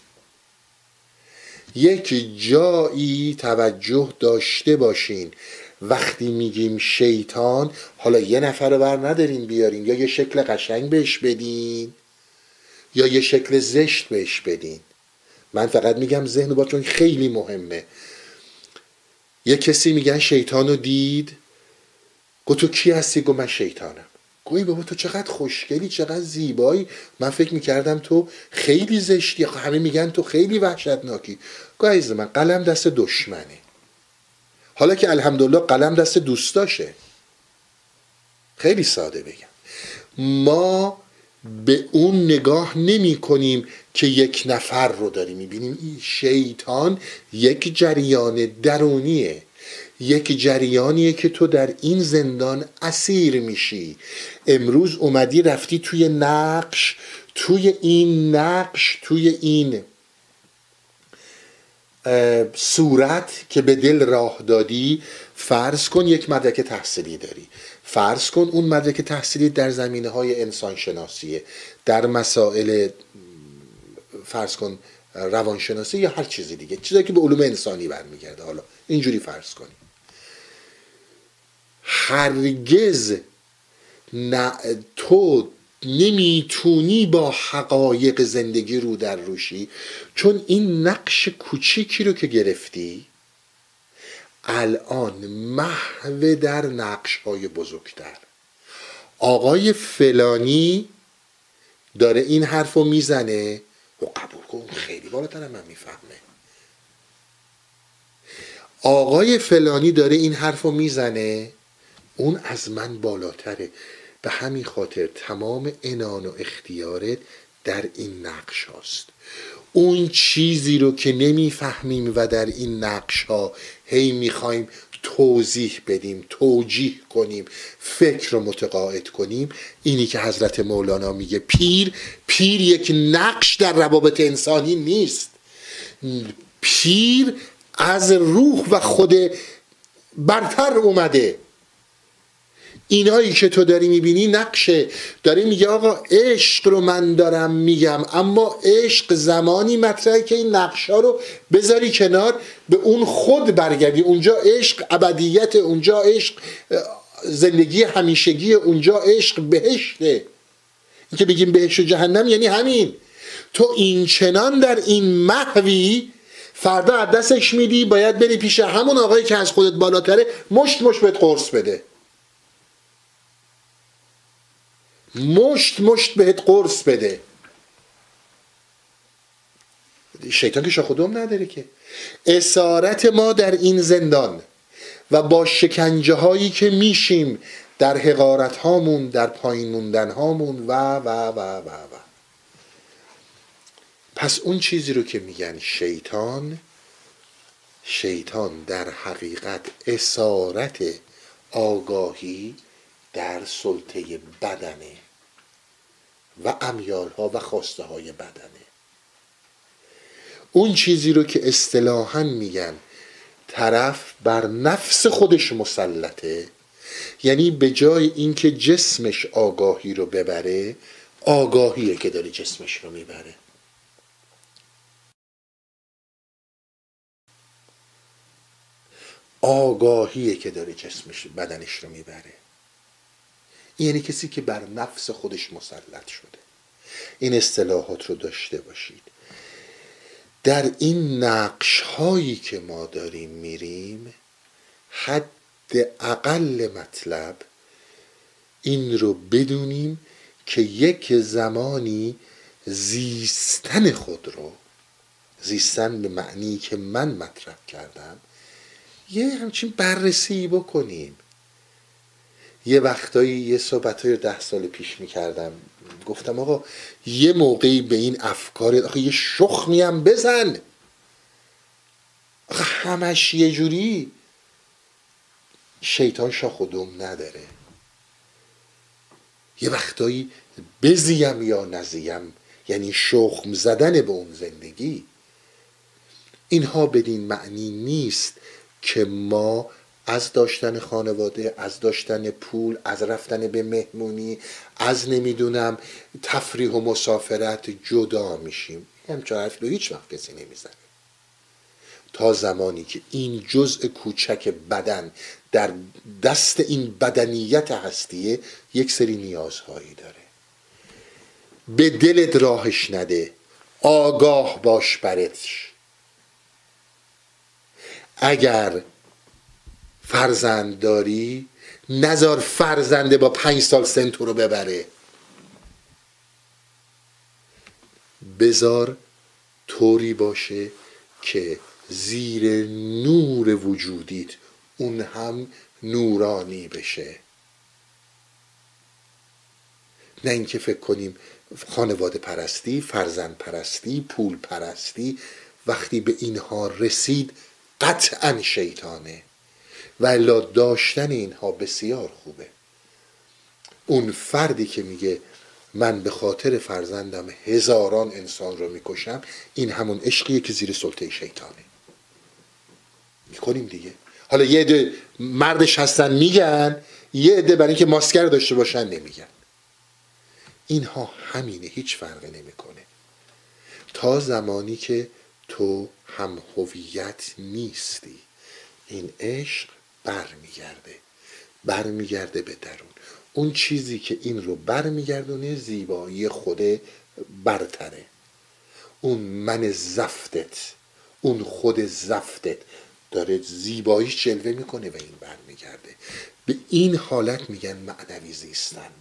یک جایی توجه داشته باشین وقتی میگیم شیطان، حالا یه نفر رو بر ندارین بیارین، یا یه شکل قشنگ بهش بدین یا یه شکل زشت بهش بدین. من فقط میگم ذهن با، چون خیلی مهمه. یه کسی میگن شیطان رو دید، گو تو کی هستی؟ گو من شیطانم. گویی بابا تو چقدر خوشگلی، چقدر زیبایی، من فکر میکردم تو خیلی زشتی، همه میگن تو خیلی وحشتناکی. گو عزیز من قلم دست دشمنه، حالا که الحمدلله قلم دست دوستاشه. خیلی ساده بگم، ما به اون نگاه نمی کنیم که یک نفر رو داریم میبینیم. این شیطان یک جریان درونیه، یک جریانیه که تو در این زندان اسیر میشی. امروز اومدی رفتی توی نقش، توی این نقش، توی این صورت که به دل راه دادی. فرض کن یک مدرک تحصیلی داری، فرض کن اون مدرک تحصیلی در زمینه های انسان شناسیه، در مسائل فرض کن روانشناسی یا هر چیزی دیگه، چیزی که به علوم انسانی برمیگرده. حالا اینجوری فرض کنیم. هرگز نه تو نمیتونی با حقایق زندگی رو در روشی، چون این نقش کوچیکی رو که گرفتی الان محو در نقش های بزرگتر. آقای فلانی داره این حرف رو میزنه و قبول کن خیلی بالاتر من میفهمه. آقای فلانی داره این حرف رو میزنه، اون از من بالاتره. به همین خاطر تمام عنان و اختیارت در این نقش هاست. اون چیزی رو که نمیفهمیم و در این نقش ها هی میخوایم توضیح بدیم، توجیه کنیم، فکر رو متقاعد کنیم، اینی که حضرت مولانا میگه پیر پیر یک نقش در روابط انسانی نیست. پیر از روح و خود برتر اومده. اینایی که تو داری میبینی نقشه. داری میگه آقا عشق رو من دارم میگم، اما عشق زمانی مطرحه که این نقشا رو بذاری کنار، به اون خود برگردی. اونجا عشق ابدیت، اونجا عشق زندگی همیشگی، اونجا عشق بهشته. این که بگیم بهشت و جهنم یعنی همین. تو این چنان در این محوی، فردا از دستش میدی باید بری پیش همون آقایی که از خودت بالاتره مشت مشت بهت قرص بده، مشت مشت بهت قرص بده. شیطان که شاخودم نداره که. اسارت ما در این زندان و با شکنجه هایی که میشیم در حقارت هامون، در پایین موندن هامون و و و و و پس اون چیزی رو که میگن شیطان، شیطان در حقیقت اسارت آگاهی در سلطه بدنه و امیالها و خواسته های بدنه. اون چیزی رو که اصطلاحاً میگن طرف بر نفس خودش مسلطه، یعنی به جای اینکه جسمش آگاهی رو ببره، آگاهیه که داره جسمش رو میبره. آگاهیه که داره جسمش بدنش رو میبره. یعنی کسی که بر نفس خودش مسلط شده. این اصطلاحات رو داشته باشید. در این نقش هایی که ما داریم میریم، حد اقل مطلب این رو بدونیم که یک زمانی زیستن خود رو، زیستن به معنی که من مطرح کردم، یه همچین بررسی بکنیم. یه وقتایی یه صحبتای ده سال پیش میکردم، گفتم آقا یه موقعی به این افکار آقا یه شخمی هم بزن. آقا همش یه جوری. شیطان شاخ و دم نداره. یه وقتایی بزیم یا نزیم، یعنی شخم زدن به اون زندگی. اینها بدین معنی نیست که ما از داشتن خانواده، از داشتن پول، از رفتن به مهمونی، از نمیدونم تفریح و مسافرت جدا میشیم. همچون حرف رو هیچ وقت کسی نمیزنه. تا زمانی که این جزء کوچک بدن در دست این بدنیت هستیه یک سری نیازهایی داره. به دلت راهش نده، آگاه باش برش. اگر فرزند داری نذار فرزنده با پنج سال سن تو رو ببره. بذار طوری باشه که زیر نور وجودیت اون هم نورانی بشه. نه اینکه فکر کنیم خانواده پرستی، فرزند پرستی، پول پرستی وقتی به اینها رسید قطعا شیطانه، و الا داشتن اینها بسیار خوبه. اون فردی که میگه من به خاطر فرزندم هزاران انسان رو میکشم، این همون عشقیه که زیر سلطه شیطانه. میکنیم دیگه. حالا یه عده مردش هستن میگن، یه عده برای اینکه ماسکر داشته باشن نمیگن. اینها همینه، هیچ فرقی نمیکنه تا زمانی که تو هم هویت نیستی. این عشق برمیگرده برمیگرده به درون. اون چیزی که این رو برمیگردونه زیبایی خود برتره. اون من زفتت، اون خود زفتت داره زیباییش جلوه میکنه و این برمیگرده. به این حالت میگن معنوی زیستن.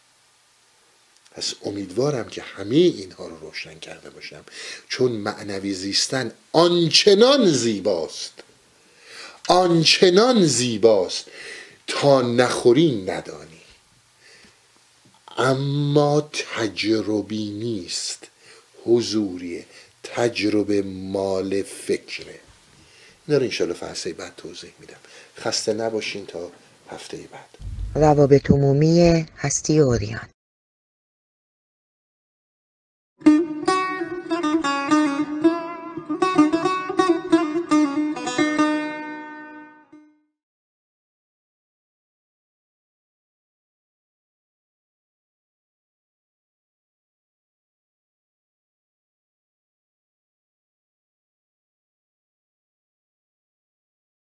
پس امیدوارم که همه اینها رو روشن کرده باشم، چون معنوی زیستن آنچنان زیباست، آنچنان زیباست تا نخوری ندانی. اما تجربی نیست، حضوریه. تجربه مال فکره. اینا رو انشالله فصل بعد توضیح میدم. خسته نباشین تا هفته بعد. روابط عمومی هستی اوریان.